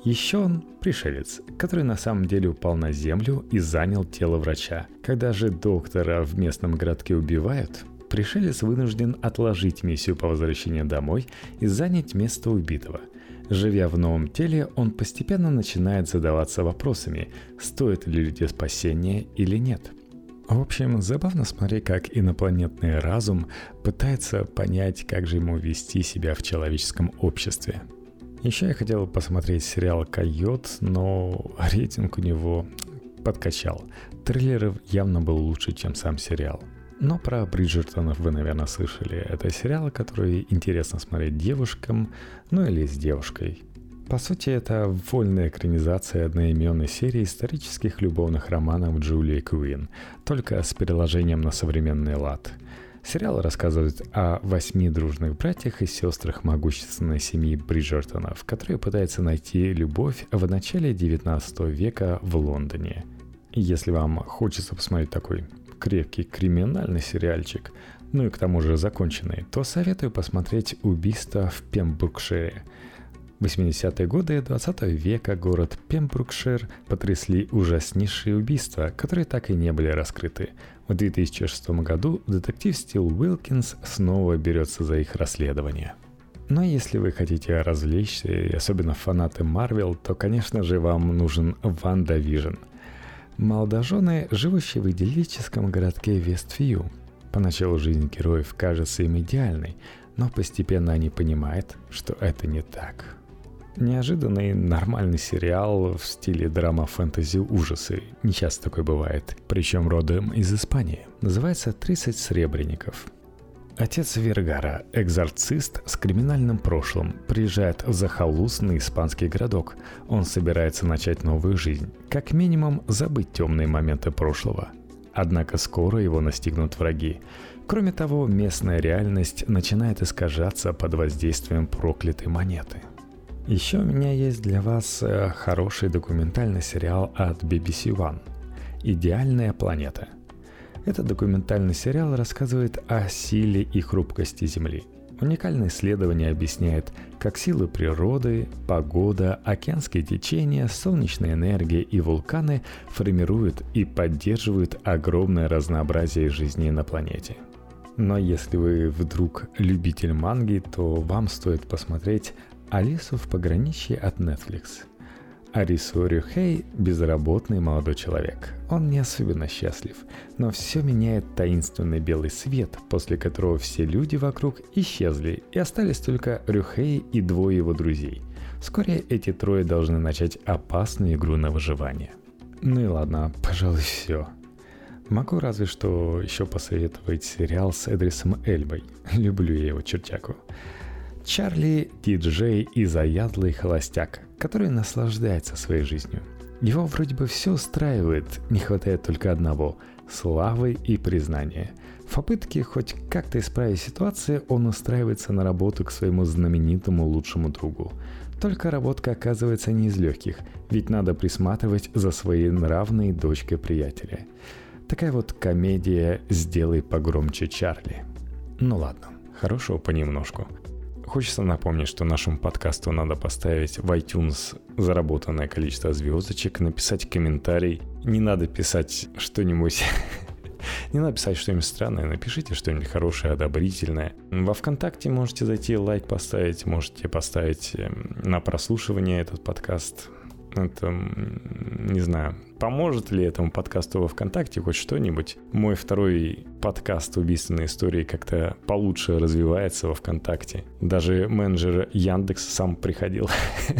Еще он пришелец, который на самом деле упал на землю и занял тело врача. Когда же доктора в местном городке убивают, пришелец вынужден отложить миссию по возвращению домой и занять место убитого. Живя в новом теле, он постепенно начинает задаваться вопросами, стоит ли люди спасения или нет. В общем, забавно смотреть, как инопланетный разум пытается понять, как же ему вести себя в человеческом обществе. Еще я хотел посмотреть сериал «Койот», но рейтинг у него подкачал. Трейлер явно был лучше, чем сам сериал. Но про Бриджертонов вы, наверное, слышали. Это сериал, который интересно смотреть девушкам, ну или с девушкой. По сути, это вольная экранизация одноименной серии исторических любовных романов Джулии Куин, только с переложением на современный лад. Сериал рассказывает о восьми дружных братьях и сестрах могущественной семьи Бриджертонов, которые пытаются найти любовь в начале девятнадцатого века в Лондоне. Если вам хочется посмотреть такой крепкий криминальный сериальчик, ну и к тому же законченный, то советую посмотреть «Убийство в Пембрукшире». В восьмидесятые годы двадцатого века город Пембрукшир потрясли ужаснейшие убийства, которые так и не были раскрыты. В две тысячи шестом году детектив Стил Уилкинс снова берется за их расследование. Но если вы хотите развлечься, и особенно фанаты Марвел, то, конечно же, вам нужен Ванда Вижн. Молодожены, живущие в идиллическом городке Вествью. Поначалу жизнь героев кажется им идеальной, но постепенно они понимают, что это не так. Неожиданный нормальный сериал в стиле драма-фэнтези-ужасы. Не часто такое бывает. Причем родом из Испании. Называется «тридцать сребреников». Отец Вергара, экзорцист с криминальным прошлым, приезжает в захолустный испанский городок. Он собирается начать новую жизнь. Как минимум, забыть темные моменты прошлого. Однако скоро его настигнут враги. Кроме того, местная реальность начинает искажаться под воздействием проклятой монеты. Еще у меня есть для вас хороший документальный сериал от би би си One «Идеальная планета». Этот документальный сериал рассказывает о силе и хрупкости Земли. Уникальное исследование объясняет, как силы природы, погода, океанские течения, солнечная энергия и вулканы формируют и поддерживают огромное разнообразие жизни на планете. Но если вы вдруг любитель манги, то вам стоит посмотреть «Алису в пограничье» от Netflix. Арису Рюхей – безработный молодой человек. Он не особенно счастлив, но все меняет таинственный белый свет, после которого все люди вокруг исчезли, и остались только Рюхей и двое его друзей. Вскоре эти трое должны начать опасную игру на выживание. Ну и ладно, пожалуй, все. Могу разве что еще посоветовать сериал с Идрисом Эльбой. Люблю я его чертяку. Чарли – диджей и заядлый холостяк, который наслаждается своей жизнью. Его вроде бы все устраивает, не хватает только одного – славы и признания. В попытке хоть как-то исправить ситуацию, он устраивается на работу к своему знаменитому лучшему другу. Только работка оказывается не из легких, ведь надо присматривать за своей нравной дочкой приятеля. Такая вот комедия «Сделай погромче, Чарли». Ну ладно, хорошего понемножку. Хочется напомнить, что нашему подкасту надо поставить в iTunes заработанное количество звездочек, написать комментарий. Не надо писать что-нибудь... Не надо писать что-нибудь странное, напишите что-нибудь хорошее, одобрительное. Во ВКонтакте можете зайти, лайк поставить, можете поставить на прослушивание этот подкаст. Это, не знаю, поможет ли этому подкасту во ВКонтакте хоть что-нибудь. Мой второй подкаст «Убийственные истории» как-то получше развивается во ВКонтакте. Даже менеджер Яндекс сам приходил.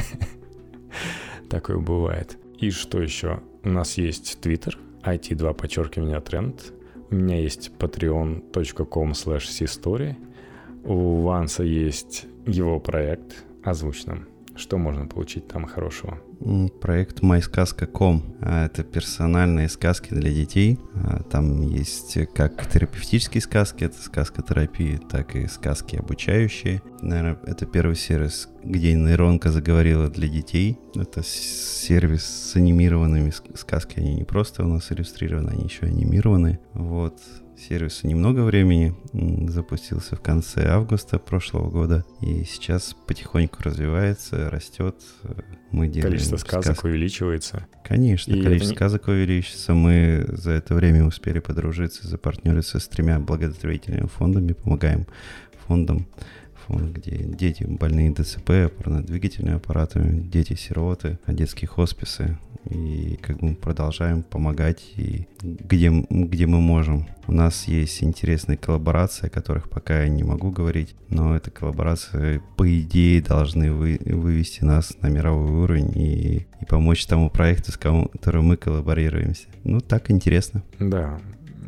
Такое бывает. И что еще? У нас есть Твиттер, ай ти два подчеркивание тренд. У меня есть patreon точка ком слэш систори. У Ванса есть его проект озвучным. Что можно получить там хорошего? Проект май сказка точка ком. Это персональные сказки для детей. Там есть как терапевтические сказки, это сказкотерапия, так и сказки обучающие. Наверное, это первый сервис, где нейронка заговорила для детей. Это сервис с анимированными сказками. Они не просто у нас иллюстрированы, они еще анимированы. Вот. сервису немного времени, запустился в конце августа прошлого года, и сейчас потихоньку развивается, растет. Мы делаем количество сказок сказки. увеличивается. Конечно, и количество не... сказок увеличится. Мы за это время успели подружиться, запартнериться с тремя благотворительными фондами, помогаем фондам, фонд, где дети больные ДЦП, опорно-двигательными аппаратами, дети-сироты, детские хосписы. И как бы мы продолжаем помогать, и где, где мы можем. У нас есть интересные коллаборации, о которых пока я не могу говорить, но эта коллаборация, по идее, должны вы, вывести нас на мировой уровень и, и помочь тому проекту, с которым мы коллаборируемся. Ну, так интересно. Да,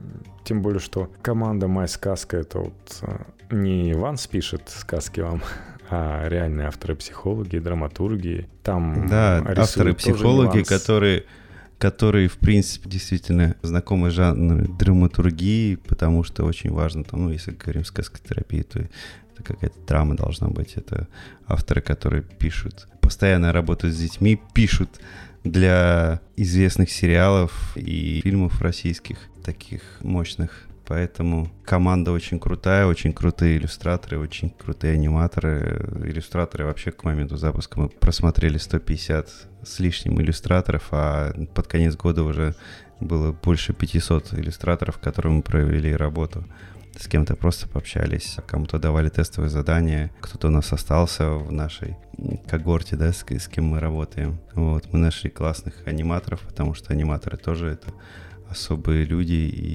тем более, что команда «Моя сказка» — это вот не Ванс пишет сказки вам, а реальные авторы-психологи, драматурги. Там да, авторы-психологи, которые, которые, в принципе, действительно знакомы с жанром драматургии, потому что очень важно, там, ну, если говорим сказкотерапии, то это какая-то драма должна быть. Это авторы, которые пишут, постоянно работают с детьми, пишут для известных сериалов и фильмов российских, таких мощных. Поэтому команда очень крутая, очень крутые иллюстраторы, очень крутые аниматоры. Иллюстраторы вообще к моменту запуска мы просмотрели сто пятьдесят с лишним иллюстраторов, а под конец года уже было больше пятьсот иллюстраторов, которым мы провели работу. С кем-то просто пообщались, кому-то давали тестовые задания, кто-то у нас остался в нашей когорте, да, с, с кем мы работаем. Вот, мы нашли классных аниматоров, потому что аниматоры тоже это особые люди,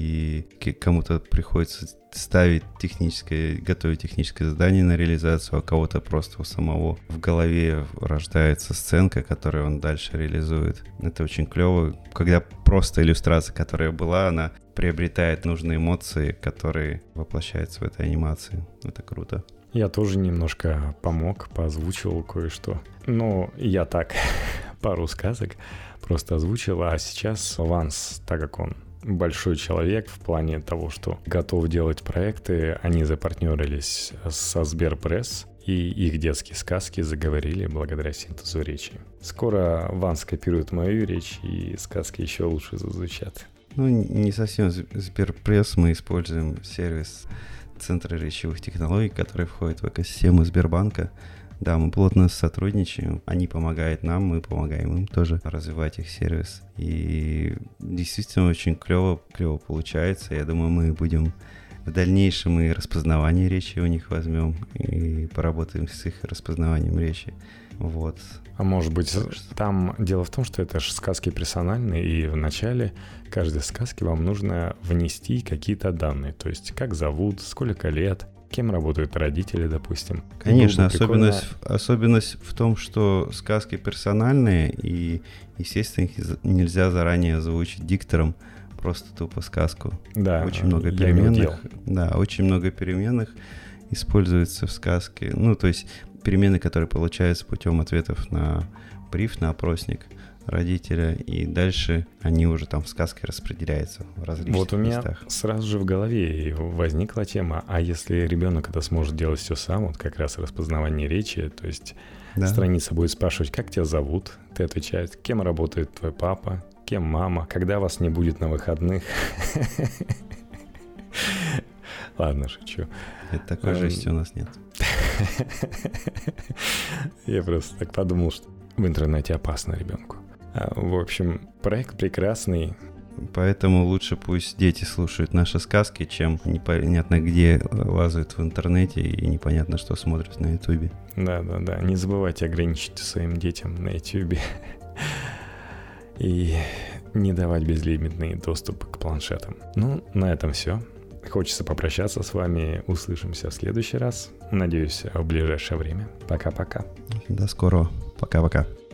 и кому-то приходится ставить техническое, готовить техническое задание на реализацию, а кого-то просто у самого в голове рождается сценка, которую он дальше реализует. Это очень клево, когда просто иллюстрация, которая была, она приобретает нужные эмоции, которые воплощаются в этой анимации. Это круто. Я тоже немножко помог, поозвучивал кое-что. Ну, я так, пару сказок просто озвучил, а сейчас Ванс, так как он большой человек в плане того, что готов делать проекты, они запартнерились со Сберпресс, и их детские сказки заговорили благодаря синтезу речи. Скоро Ванс скопирует мою речь, и сказки еще лучше зазвучат. Ну, не совсем Сберпресс, мы используем сервис Центра речевых технологий, который входит в экосистему Сбербанка. Да, мы плотно сотрудничаем, они помогают нам, мы помогаем им тоже развивать их сервис. И действительно очень клево, клево получается. Я думаю, мы будем в дальнейшем и распознавание речи у них возьмем, и поработаем с их распознаванием речи. Вот. А может быть, там дело в том, что это же сказки персональные, и в начале каждой сказки вам нужно внести какие-то данные. То есть, как зовут, сколько лет, кем работают родители, допустим. Конечно, особенность, прикольно... особенность в том, что сказки персональные, и, естественно, их нельзя заранее озвучить диктором, просто тупо сказку. Да, очень много переменных. Да, очень много переменных используется в сказке. Ну, то есть перемены, которые получаются путем ответов на бриф, на опросник родителя, и дальше они уже там в сказке распределяются в различных вот у меня местах. Сразу же в голове возникла тема, а если ребенок это сможет делать все сам, вот как раз распознавание речи, то есть да. Страница будет спрашивать, как тебя зовут, ты отвечаешь, кем работает твой папа, кем мама, когда вас не будет на выходных. Ладно, шучу. Это такой жести у нас нет. Я просто так подумал, что в интернете опасно ребенку. В общем, проект прекрасный. Поэтому лучше пусть дети слушают наши сказки, чем непонятно где лазают в интернете и непонятно что смотрят на ютубе. Да-да-да, не забывайте ограничить своим детям на ютубе и не давать безлимитный доступ к планшетам. Ну, на этом все. Хочется попрощаться с вами. Услышимся в следующий раз. Надеюсь, в ближайшее время. Пока-пока. До скорого. Пока-пока.